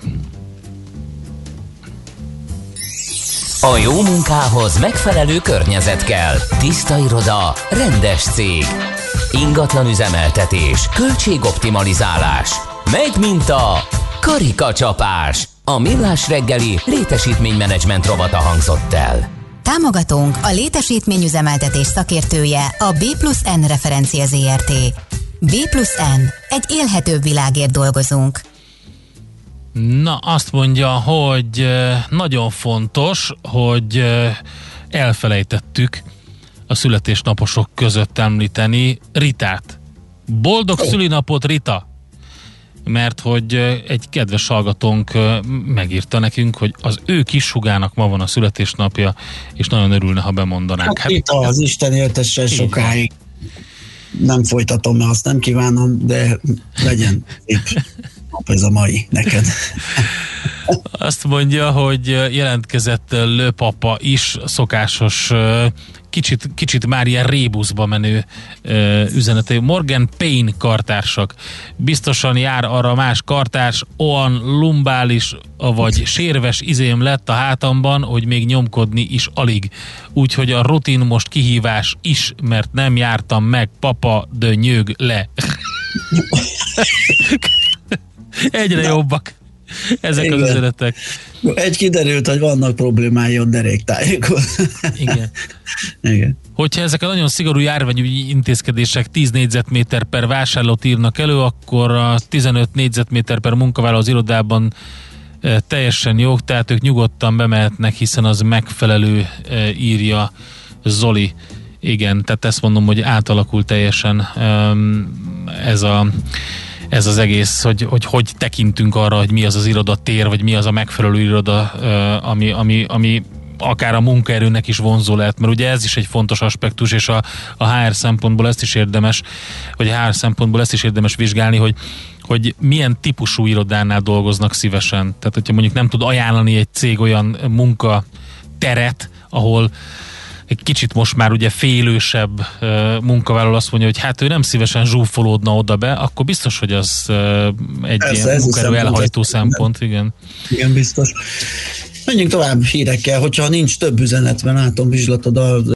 A jó munkához megfelelő környezet kell. Tiszta iroda, rendes cég, ingatlan üzemeltetés, költségoptimalizálás. Megy, mint a karikacsapás. A Millás reggeli létesítménymenedzsment rovata hangzott el. Támogatónk a létesítményüzemeltetés szakértője, a B+N Referencia Zrt. B+N. Egy élhetőbb világért dolgozunk. Na, azt mondja, hogy nagyon fontos, hogy elfelejtettük a születésnaposok között említeni Ritát. Boldog szülinapot, Rita! Mert hogy egy kedves hallgatónk megírta nekünk, hogy az ő kis húgának ma van a születésnapja, és nagyon örülne, ha bemondanánk. Hát Rita, az Isten éltessen sokáig. Nem folytatom, mert azt nem kívánom, de legyen szép nap ez a mai neked. Azt mondja, hogy jelentkezett Lőpapa is, szokásos, kicsit már ilyen rébuszba menő üzenete. Morgan Payne kartársak. Biztosan jár arra más kartárs, olyan lumbális vagy sérves izém lett a hátamban, hogy még nyomkodni is alig. Úgyhogy a rutin most kihívás is, mert nem jártam meg, papa, de nyög le. Egyre jobbak ezek az üzenetek. Egy kiderült, hogy vannak problémái a deréktájékon. Igen. Hogyha ezek a nagyon szigorú járványügyi intézkedések 10 négyzetméter per vásárlót írnak elő, akkor a 15 négyzetméter per munkavállaló az irodában teljesen jó, tehát ők nyugodtan bemehetnek, hiszen az megfelelő, írja Zoli. Igen, tehát ezt mondom, hogy átalakul teljesen ez az egész, hogy tekintünk arra, hogy mi az az irodatér, vagy mi az a megfelelő iroda, ami akár a munkaerőnek is vonzó lehet, mert ugye ez is egy fontos aspektus, és a HR szempontból ezt is érdemes, vizsgálni, hogy milyen típusú irodánál dolgoznak szívesen. Tehát, hogyha mondjuk nem tud ajánlani egy cég olyan munkateret, ahol egy kicsit most már ugye félősebb munkavállaló azt mondja, hogy hát ő nem szívesen zsúfolódna oda be, akkor biztos, hogy az egy ilyen munkaerő elhajtó szempont, igen. Igen, biztos. Menjünk tovább hírekkel, hogyha nincs több üzenetben, látom, vizslatod a